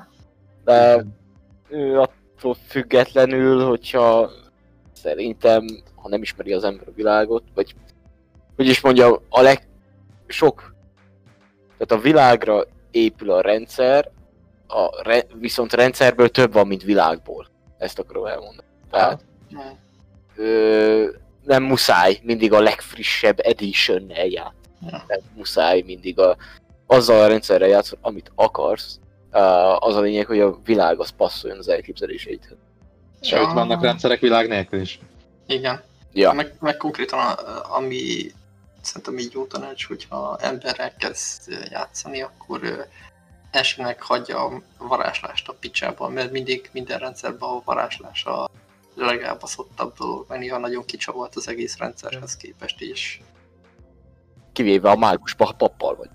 De ő attól függetlenül, hogyha szerintem, ha nem ismeri az ember a világot, vagy hogy is mondjam, a leg sok, tehát a világra épül a rendszer, a re, viszont rendszerből több van, mint világból. Ezt akarom elmondani. Tehát Nem. ö, nem muszáj mindig a legfrissebb edition-nel játszani. Ja. Nem muszáj mindig a, azzal a rendszerrel játszani, amit akarsz. Uh, az a lényeg, hogy a világ az passzoljon az elképzeléseidhez. Sőt, vannak rendszerek világ nélkül is. Igen. Ja. Meg, meg konkrétan a- ami szerintem így jó tanács, hogyha emberrel kezd játszani, akkor ö, esélynek hagyja a varázslást a picsában, mert mindig minden rendszerben a varázslás a legelbaszottabb dolog, mert néha nagyon kicsavart az egész rendszerhez képest is. Kivéve a mágus pa- pappal vagy.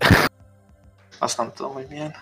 Azt nem tudom, hogy milyen.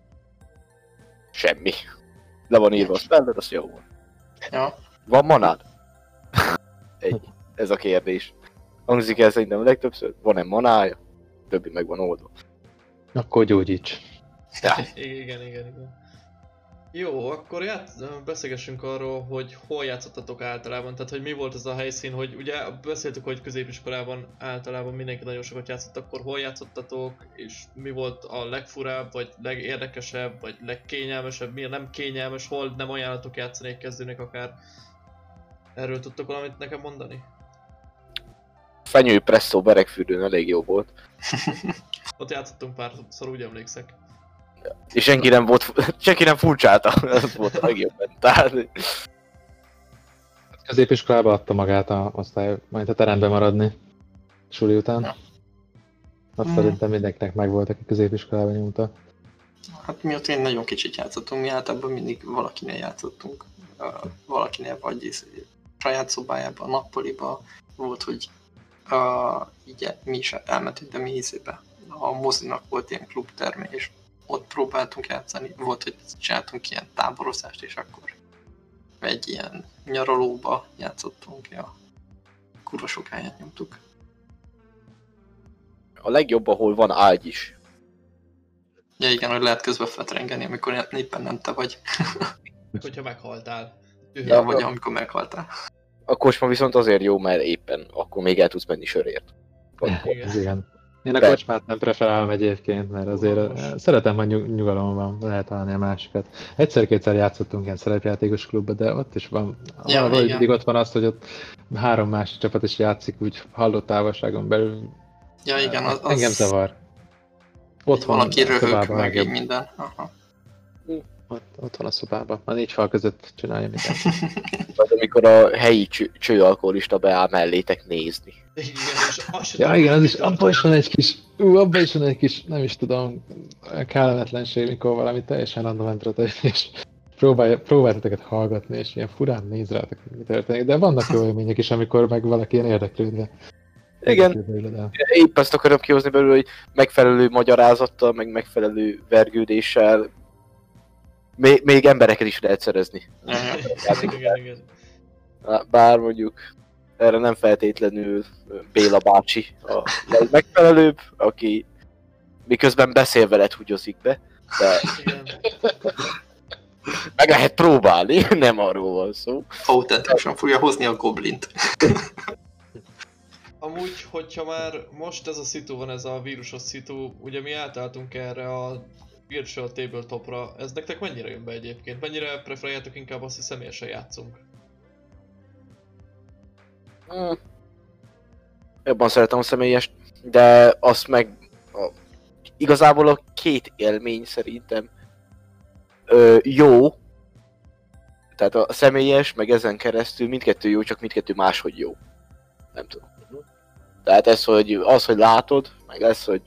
Semmi. Le van írva a spelled, az jó van. Ja. Van manád? Egy. Ez a kérdés. Hangzik el szerintem a legtöbbször. Van-e manája? Többi meg van oldva. Akkor gyógyíts. Ja. Igen, igen, igen. Jó, akkor ját, beszélgessünk arról, hogy hol játszottatok általában, tehát hogy mi volt az a helyszín, hogy ugye beszéltük, hogy középiskolában általában mindenki nagyon sokat játszott, akkor hol játszottatok, és mi volt a legfurább, vagy legérdekesebb, vagy legkényelmesebb, mi a nem kényelmes, hol nem ajánlatok játszani egy kezdőnek akár. Erről tudtok valamit nekem mondani? Fenyő presszó beregfürdőn elég jó volt. Ott játszottunk párszor, úgy emlékszek. És senki nem volt, senki nem furcsálta. Ez volt a legjobb. Tehát, Középiskolába adta magát a osztály, majd a terembe maradni. Suli után. Ja. Azt Mm. szerintem mindenkinek megvolt, aki középiskolában nyúlta. Hát miatt én nagyon kicsit játszottunk, mi általában mindig valakinél játszottunk. Uh, valakinél vagy is, saját szobájában, nappaliba volt, hogy uh, így mi is elmentünk, de mi hiszébe. A mozinak volt ilyen klubterme, és ott próbáltunk játszani. Volt, hogy csináltunk ilyen táborozást, és akkor egy ilyen nyaralóba játszottunk, ja. Kurva sokáig nyomtuk. a legjobb, ahol van ágy is. Ja igen, hogy lehet közben fetrengeni, amikor éppen nem te vagy. Hogyha meghaltál. Ja, vagy amikor meghaltál. A kocsma viszont azért jó, mert éppen akkor még el tudsz menni sörért. Igen. Ez igen. Én a De- kocsmát nem preferálom egyébként, mert azért Valós. szeretem, hogy nyug- nyugalom van, lehet találni a másikat. Egyszer-kétszer játszottunk ilyen szerepjátékos klubba, de ott is van, Ja, valahogy igen. mindig ott van az, hogy ott három másik csapat is játszik úgy hallott távolságon belül. Ja igen, az, az Engem zavar. Ott van valaki a röhög, szobában, meg így legjobb. minden. Aha. Ott, ott van a szobában. A négy fal között csinálja mindent. Vagy amikor a helyi cső, csőalkoholista beáll mellétek nézni. Igen, és azt se Ja tudom, igen, az is, mit abban is van egy kis, ú, abban is van egy kis, nem is tudom, kellemetlenség, mikor valami teljesen random entrata, és próbálja, próbál titeket hallgatni, és ilyen furán néz rátok, hogy mi történik, de vannak jó élmények is, amikor meg valaki ilyen érdeklődve. Igen. érdeklődve ülöd el. Épp ezt akarom kihozni belőle, hogy megfelelő magyarázattal, meg megfelelő vergődéssel még, még embereket is lehet szerezni. Ja, ja. Igen, igen, igen. Bár mondjuk erre nem feltétlenül Béla bácsi a legmegfelelőbb, aki miközben beszél veled húgyozik be, de Igen. meg lehet próbálni, nem arról van szó. Autentikusan fogja hozni a goblint. Amúgy, hogyha már most ez a szitu van, ez a vírusos szitu, ugye mi átálltunk erre a virtual tabletopra, ez nektek mennyire jön be egyébként? Mennyire preferáljátok inkább azt, hogy személyesen játszunk? Hmm. Jobban szeretem a személyes, de azt meg a, igazából a két élmény szerintem ö, jó. Tehát a személyes, meg ezen keresztül mindkettő jó, csak mindkettő máshogy jó. Nem tudom. Tehát ez, hogy az, hogy látod, meg ez, hogy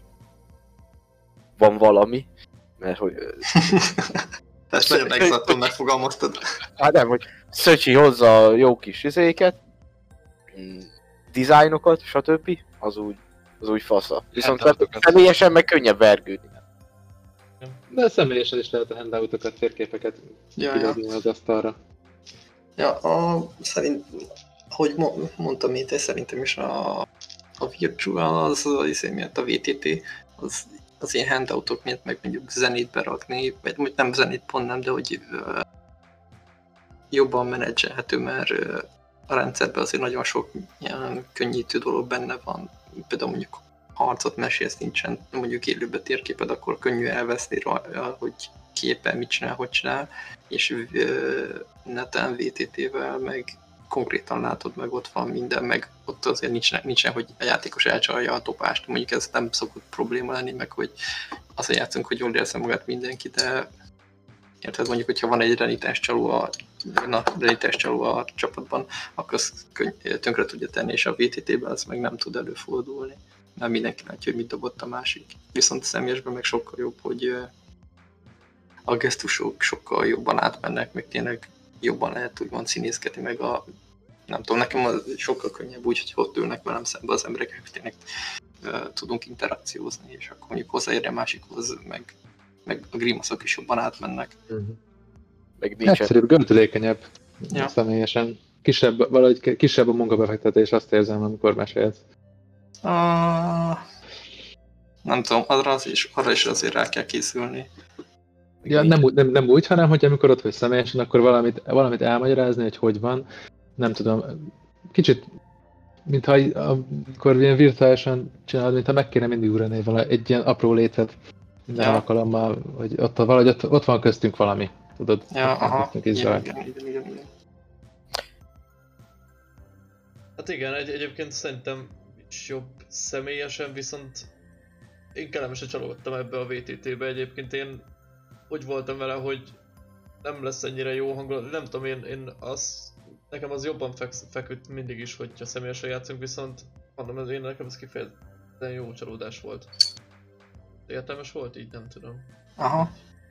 van valami, mert hogy... Ezt nagyon exaktul megfogalmaztad. Hát nem, hogy Szöcsi hozza a jó kis izéket, dizájnokat, stb. Az úgy, az úgy fasza. Viszont Handoutokat. személyesen meg könnyebb vergődni. De személyesen is lehet a handoutokat, térképeket Ja, ja. kidobni az asztalra. Ja, a, szerint, ahogy mo- mondtam én, szerintem is a, a Virtual, az, az miatt a vé té té, az, az ilyen handoutok miatt meg mondjuk zenét berakni, vagy mondjuk nem zenét pont nem, de hogy uh, jobban menedzselhető, mert uh, a rendszerben azért nagyon sok ilyen könnyítő dolog benne van. Például mondjuk harcot mesélsz, nincsen mondjuk élőbe térképed, akkor könnyű elveszni rajta, hogy képen mit csinál, hogy csinál, és uh, neten vé té té-vel meg konkrétan látod, meg ott van minden, meg ott azért nincsen, nincsen hogy a játékos elcsalja a dobást, mondjuk ez nem szokott probléma lenni, meg hogy azért játszunk, hogy jól érzi magát mindenki, de érted, mondjuk, hogyha van egy renitens csaló a, na, renitens csaló a csapatban, akkor az könny- tönkre tudja tenni, és a vé té té-ben az meg nem tud előfordulni, mert mindenki látja, hogy mit dobott a másik. Viszont a személyesben meg sokkal jobb, hogy a gesztusok sokkal jobban átmennek, meg tényleg jobban lehet úgymond színészkedni, meg a... Nem tudom, nekem az sokkal könnyebb úgy, hogy ott ülnek velem szembe az emberek, hogy tényleg uh, tudunk interakciózni, és akkor mondjuk hozzáérni a másikhoz, meg, meg a grimaszok is jobban átmennek. Uh-huh. Meg nincsen. Egyszerűbb, gördülékenyebb. Ja. Személyesen. Kisebb, valahogy kisebb a munkabefektetés, azt érzem, amikor mesélsz. Uh, nem tudom, arra, az is, arra is azért rá kell készülni. Ja, nem, úgy- nem, nem úgy, hanem hogy amikor ott vagy személyesen, akkor valamit, valamit elmagyarázni, hogy hogy van. Nem tudom, kicsit, mintha így, amikor ilyen virtuálisan csinálod, mintha meg kéne mindig ugrani vala, egy ilyen apró létet minden Ja. alkalommal, hogy ott, valahogy ott, ott van köztünk valami, tudod? Ja, Ott van aha, köztünk igen, Izrael. igen, igen, igen, igen. Hát igen, egy, egyébként szerintem is jobb személyesen, viszont én kellemesen csalódtam ebbe a vé té té-be. Egyébként én úgy voltam vele, hogy nem lesz ennyire jó hangulat, nem tudom, én, én az, nekem az jobban feksz, feküdt mindig is, hogyha személyesen játszunk, viszont mondom, ez én nekem ez kifejezetten jó csalódás volt. Értelmes volt így? Nem tudom. Aha.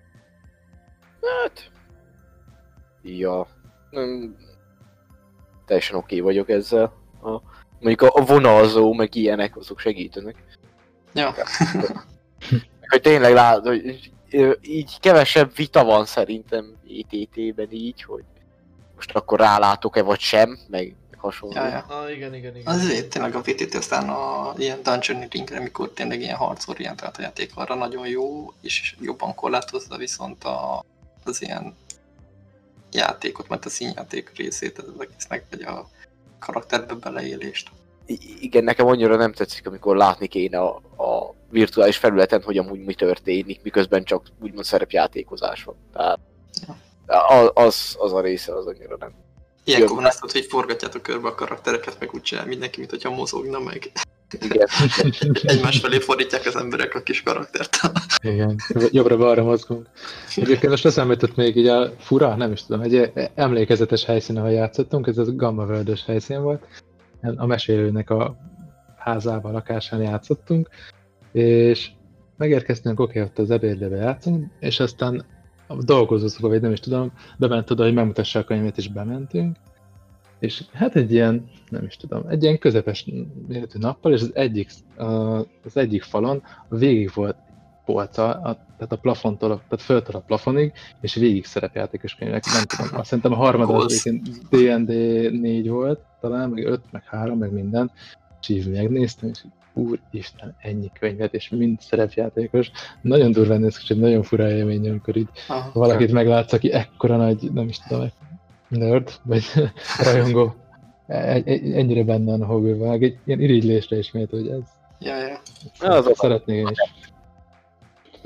Hát... Ja... Nem... Teljesen oké okay vagyok ezzel. A, mondjuk a, a vonalzó, meg ilyenek, azok segítenek. Ja. Meg, hogy tényleg látod, hogy ö, így kevesebb vita van szerintem vé té té-ben így, hogy most akkor rálátok-e vagy sem, meg, meg hasonló. Ja, ja. Ah, igen, igen, igen. Azért tényleg a vé té té aztán a ilyen dungeoneeringre, amikor tényleg ilyen harcorientált a játék, arra nagyon jó, és jobban korlátozza viszont a, az ilyen játékot, mert a színjáték részét az egésznek, vagy a karakterbe beleélést. I- igen, nekem annyira nem tetszik, amikor látni kéne a, a virtuális felületen, hogy amúgy mi történik, miközben csak úgymond szerepjátékozás van. Tehát a- az, az a része az annyira nem. Ilyenkor van azt, hogy forgatjátok körbe a karaktereket, meg úgy csinál mindenki, mint hogyha mozogna meg. Igen. Egymás felé fordítják az emberek a kis karaktert. Igen, jobbra-balra mozgunk. Egyébként most eszembe jutott még így a fura, nem is tudom, egy emlékezetes helyszín, ahol játszottunk, ez a Gamma World-ös helyszín volt. A mesélőnek a házában, lakásán játszottunk, és megérkeztünk, oké, ott az ebédlőbe játszunk, és aztán a dolgozószoba, vagy nem is tudom, bement oda, hogy megmutassa a könyvét, és bementünk. És hát egy ilyen, nem is tudom, egy ilyen közepes méretű nappal, és az egyik, az egyik falon végig volt polca, a, tehát a plafontól, tehát föltől a plafonig, és végig szerepjátékos könyvek, nem tudom, azt szerintem a harmadik egyébként dé end dé négy volt, talán, meg öt, meg három, meg minden, és így megnéztem, és úristen, ennyi könyvet, és mind szerepjátékos. Nagyon durván néz ki, és egy nagyon fura élmény, amikor így Aha. valakit meglátsz, aki ekkora nagy, nem is tudom, nerd, vagy rajongó, ennyire benne a hobbyban, egy ilyen irigylésre ismét, hogy ez... Ja, ja. Az Szeretnék én is.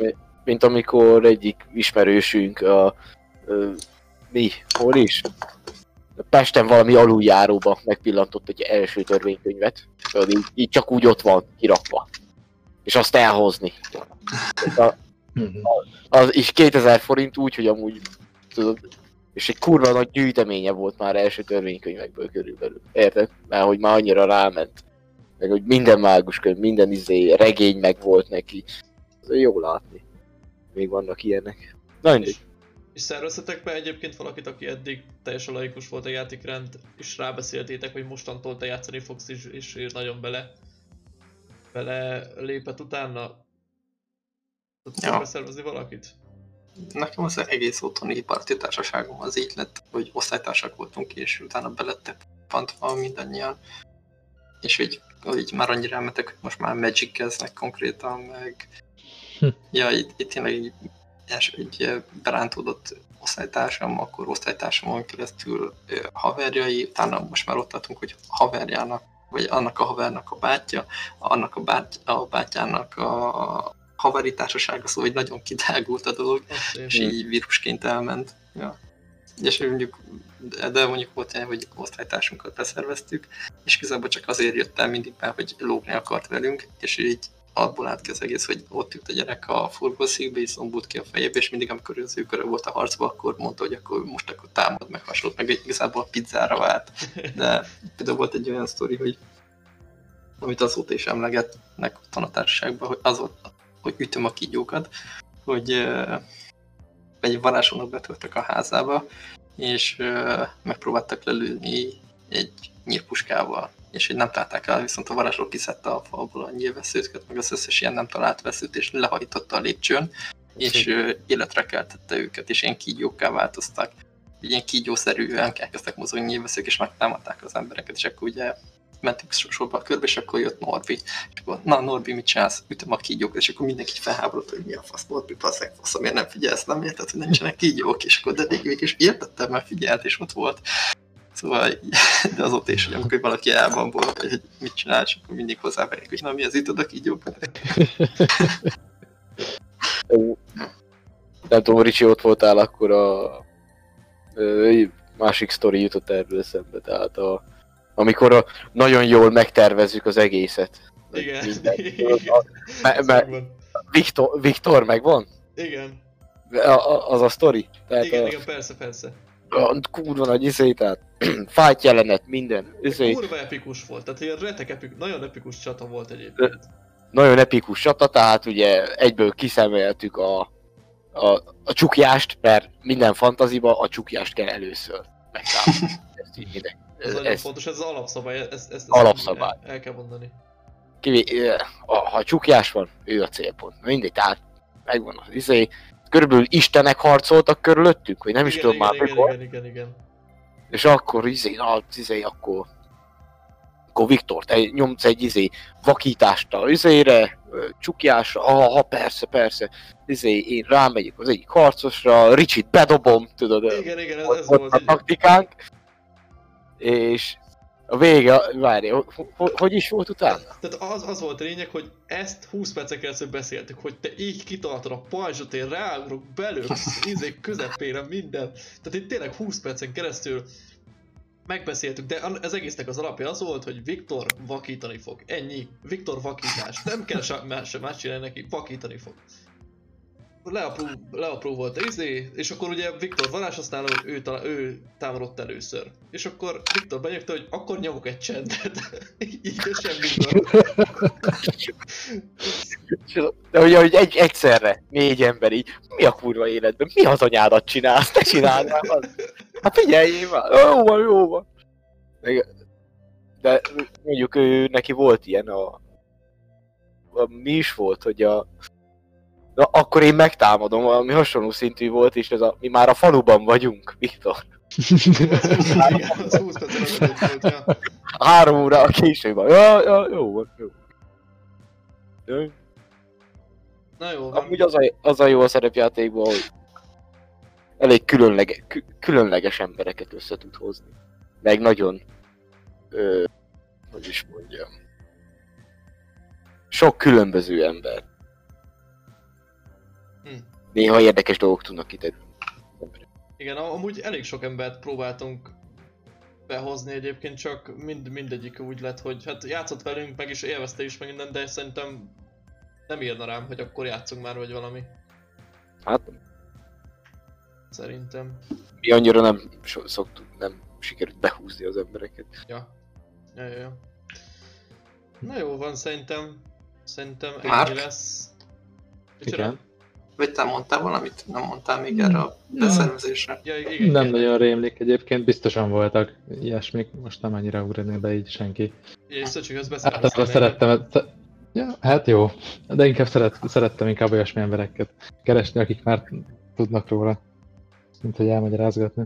mint amikor egyik ismerősünk a... Ö, mi? Hol is? Pesten valami aluljáróba megpillantott egy első törvénykönyvet. Tudod, így, így csak úgy ott van, kirakva. És azt elhozni. A, az is kétezer forint úgy, hogy amúgy, tudod, és egy kurva nagy gyűjteménye volt már első törvénykönyvekből körülbelül. Érted? Mert hogy már annyira ráment. Meg hogy minden máguskönyv, minden izé, regény meg volt neki. Jó látni. Még vannak ilyenek. Na mindegy. És szerveztetek be egyébként valakit, aki eddig teljesen laikus volt a játékrend, és rábeszéltétek, hogy mostantól te játszani fogsz, és, és nagyon bele, bele lépett utána? Tudsz ja. Beszervezni valakit? Nekem az egész otthoni partitársaságom az így lett, hogy osztálytársak voltunk, és utána belettek pantva mindannyian. És hogy, hogy már annyira elmentek, hogy most már Magic-keznek konkrétan, meg... Hm. Ja, itt, itt tényleg így, egy berántódott osztálytársam, akkor osztálytársamon keresztül haverjai, utána most már ott tartunk, hogy haverjának, vagy annak a havernak a bátyja, annak a, báty, a bátyának a haveri társasága, szóval hogy nagyon kitágult a dolog, okay. És így vírusként elment. Ja. És mondjuk, de mondjuk volt ilyen, hogy osztálytársunkat beszerveztük, és igazából csak azért jött el mindig be, hogy lógni akart velünk, és így abból állt ki az egész, hogy ott ült a gyerek a furgószékbe, és zombult ki a fejébe, és mindig amikor az ő köre volt a harcba, akkor mondta, hogy akkor most akkor támad, meg hasonlót, meg igazából a pizzára vált. De például volt egy olyan sztori, hogy amit azóta is emlegetnek a tanatársaságban, hogy az volt, hogy ütöm a kígyókat, hogy uh, egy varázslónak betöltek a házába, és uh, megpróbáltak lelőni egy nyírpuskával, és hogy nem találták el, viszont a varázsló kiszedte a falból a nyílveszőt, meg az összes ilyen nem talált veszőt, és lehajtotta a lépcsőn, és uh, életre keltette őket, és ilyen kígyókká változtak. Ilyen kígyószerűen elkezdtek mozogni nyílveszők, és megtámadták az embereket, és akkor ugye mentünk sorba a körbe, és akkor jött Norbi. És akkor, na Norbi, mit csinálsz? Ütöm a kígyókat, és akkor mindenki felháborodott, hogy mi a fasz, Norbi, faszek, fasz, miért nem figyelsz, nem érted, hogy nincsenek kígyók, és akkor de végig is értettem, mert figyelt, és ott volt. Szóval, de azóta is, hogy amikor valaki elbambol, hogy mit csinál, és akkor mindig hozzáverjük, hogy na mi az ütod a kígyókat? Nem tudom, Ricsi, ott voltál, akkor a másik sztori jutott erről eszembe, tehát a amikor a, nagyon jól megtervezzük az egészet. Igen. igen. A, me, me, Viktor, Viktor megvan? Igen. A, a, az a sztori? Tehát igen, a, igen, persze, persze. A kurva nagy izé, tehát fight jelenet, minden. Izé. Kurva epikus volt, tehát ilyen retek epikus, nagyon epikus csata volt egyébként. Nagyon epikus csata, tehát ugye egyből kiszemeltük a, a, a csukjást, mert minden fantaziba a csukjást kell először megtámadni. Ezt így minden. Ez nagyon ez, fontos, ez az alapszabály, ezt, ezt, ezt alapszabály. El, el kell mondani. Kivé, ha csukjás van, ő a célpont. Mindegy, tehát megvan az izé. Körülbelül istenek harcoltak körülöttük, vagy nem igen, is tudom igen, már igen, mikor. igen, igen, igen. És akkor izé, na, izé, akkor... Akkor Viktor, te nyomsz egy izé vakítást a izére, csukjásra, aha, persze, persze. Izé, én rámegyek az egyik harcosra, Ricsit bedobom, tudod. Igen, igen, ez, ott, ez ott volt a taktikánk. És a vége, várj, hogy, hogy is volt utána? Tehát az, az volt a lényeg, hogy ezt húsz percen keresztül beszéltük, hogy te így kitartod a pajzsot, én ráugrok, belőksz, izék közepére, minden. Tehát itt tényleg húsz percen keresztül megbeszéltük, de az egésznek az alapja az volt, hogy Viktor vakítani fog. Ennyi. Viktor vakítás. Nem kell sem más, más csinálni neki, vakítani fog. Leapró, leapró volt a izé, és akkor ugye Viktor varázshasználó, ő, ő támadott először. És akkor Viktor benyögte, hogy akkor nyomok egy csendet. Így a semmiből. De ugye, hogy egy, egyszerre, négy ember így, mi a kurva életben, mi az anyádat csinálsz, te csinálnál az? Hát figyeljél már, jó van, jó van. De mondjuk ő, neki volt ilyen a... a mi is volt, hogy a... Na, akkor én megtámadom, ami hasonló szintű volt, és ez a, mi már a faluban vagyunk, Viktor. Három óra a később van. Ja, ja, jó van, jó. jó. Na jó van. Amúgy az a, az a jó a szerepjátékban, hogy elég különlege, kü, különleges embereket össze tud hozni. Meg nagyon... Ö, hogy is mondjam... Sok különböző ember. Hm. néha érdekes dolgok tudnak kiterülni. Igen, amúgy elég sok embert próbáltunk behozni egyébként, csak mind, mindegyik úgy lett, hogy hát játszott velünk, meg is élvezte is meg minden, de szerintem nem írna rám, hogy akkor játszunk már, vagy valami. Hát Szerintem. mi annyira nem so- szoktuk, nem sikerült behúzni az embereket. Ja. Ja, ja, ja. Na jó van, szerintem. Szerintem Márk? ennyi lesz. Igen. Vagy te mondtál valamit? Nem mondtál még erre a beszervezésre? Ja, igen, Nem igen. nagyon rémlik egyébként, biztosan voltak ilyesmik, most nem annyira ugrani be így senki. Ja, és Szöcsikhöz Általában beszerveztem. szerettem, sze- ja, hát jó, de inkább szeret, szerettem inkább olyasmi embereket keresni, akik már tudnak róla, mint hogy elmagyarázgatni.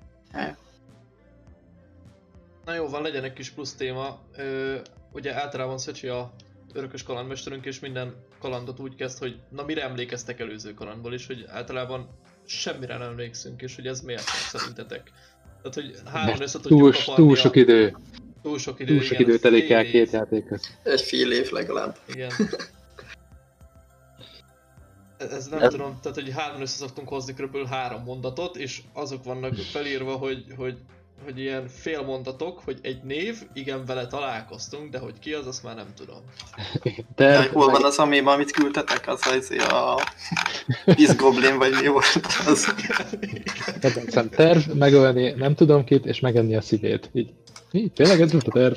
Na jó van, legyen egy kis plusz téma. Ö, ugye általában Szöcsi a örökös kalandmesterünk, és minden kalandot úgy kezd, hogy na mire emlékeztek előző kalandból is, hogy általában semmire nem emlékszünk, és hogy ez miért van szerintetek. Tehát, hogy három össze Túl, tudjuk kaparni túl a- sok idő, túl sok idő, túl sok igen, idő telik fél el év. két játék közt. Egy fél év legalább. Igen. Ez nem Ez- tudom, tehát hogy három össze szoktunk hozni kb. Három mondatot, és azok vannak felírva, hogy, hogy, hogy ilyen félmondatok, hogy egy név, igen, vele találkoztunk, de hogy ki az, azt már nem tudom. De De hol van az a mém, amit küldtetek? Az az a Bizgoblin, vagy mi volt az? kedvencem terv, megölni nem tudom kit, és megenni a szívét. Így, így tényleg ez volt a terv?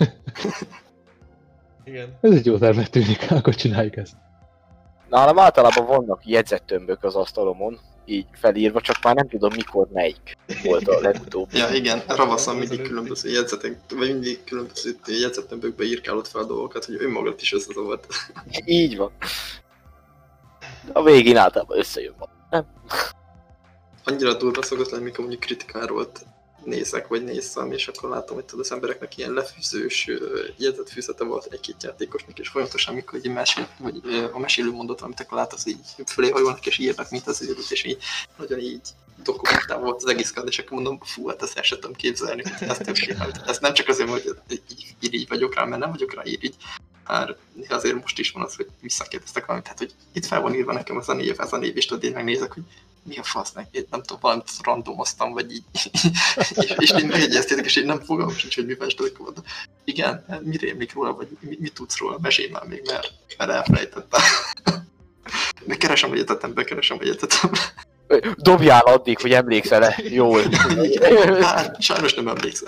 Igen. Ez egy jó tervnek tűnik, akkor csináljuk ezt. Nálam általában vannak jegyzettömbök az asztalomon, így felírva, csak már nem tudom mikor melyik volt a legutóbb. Ja igen, ravaszon mindig különböző jegyzetek, vagy mindig különböző jegyzettömbökbe írkálod fel dolgokat, hogy önmagad is összezavart. Így van. A végén általában összejön van. Nem? Annyira durva szokott lenni, mikor mondjuk kritikáról nézek, vagy nézszem, és akkor látom, hogy tudod, az embereknek ilyen lefűzős ö, jegyzetfűzete volt egy-két játékosnak, és folyamatosan, mikor egy mesél, vagy ö, a mesélő mondat, amit akkor látsz, így fölé hajolnak, és írnak, mint az őrült, és így nagyon így dokumentál volt az egész kard, és akkor mondom, fú, hát ezt el sem tudom képzelni, hogy ezt tök Ez nem csak azért, hogy így, így vagyok rá, mert nem vagyok rá így, már azért most is van az, hogy visszakérdeztek valamit, tehát hogy itt fel van írva nekem az a név, ez a név, és tudod, én megnézek, hogy mi a fasznak, én nem tudom, valamit randomoztam, vagy így, és, és én megjegyeztétek, és én nem fogalmam sincs, hogy mivel is tudok mondani. Igen, mi rémlik róla, vagy mi, mit tudsz róla, mesélj már még, mert, mert elfelejtettem. De keresem, hogy egyetetem, bekeresem, hogy egyetetem. Dobjál addig, hogy emlékszel-e jól. Hát, sajnos nem emlékszem.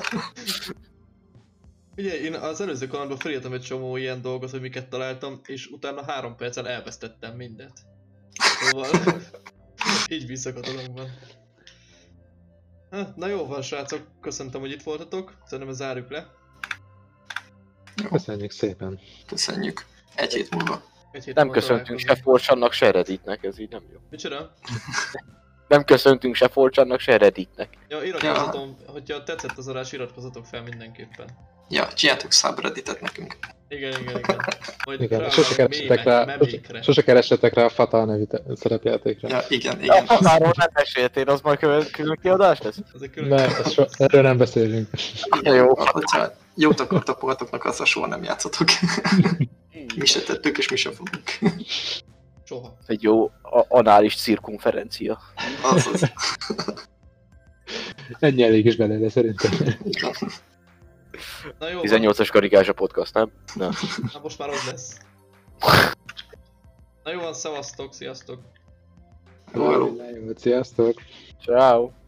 Ugye én az előző kalandban felírtam egy csomó ilyen dolgot, hogy miket találtam, és utána három percen elvesztettem mindent. Szóval így visszak a dologban. Na jó van, srácok, köszöntöm, hogy itt voltatok, szerintem ezt zárjuk le. Köszönjük szépen. Köszönjük. Egy hét múlva. Egy hét Nem múlva köszöntünk se találkozunk. Forcsannak, se Redditnek, ez így nem jó. Micsoda? Nem köszöntünk se Forcsannak, se Redditnek. Ja, iratkozzatom, hogyha tetszett az adás, iratkozzatok fel mindenképpen. Ja, csináltuk subredditet nekünk. Igen, igen, igen. Majd Igen, rá sose a keressetek mémek, rá, memékre. sose, sose keressetek rá a Fatal nevű te- szerepjátékra. Ja, igen, A igen. Az, fatáról nem meséltél, az majd külön, külön kiadás lesz? Ez egy külön... Ne, ezt so, erről nem beszélünk. Jó. hogyha jót akartak magatoknak, azzal soha nem játszotok. Mi se tettük, és mi sem fogunk. Soha. Egy jó a- anális cirkumferencia. Azaz. Ennyi elég is belőle szerintem. Na jó van, tizennyolcas karikás a podcast, nem? Na. na most már az lesz. Na jó van, szevasztok, sziasztok! Jó, jó. Sziasztok! Ciao.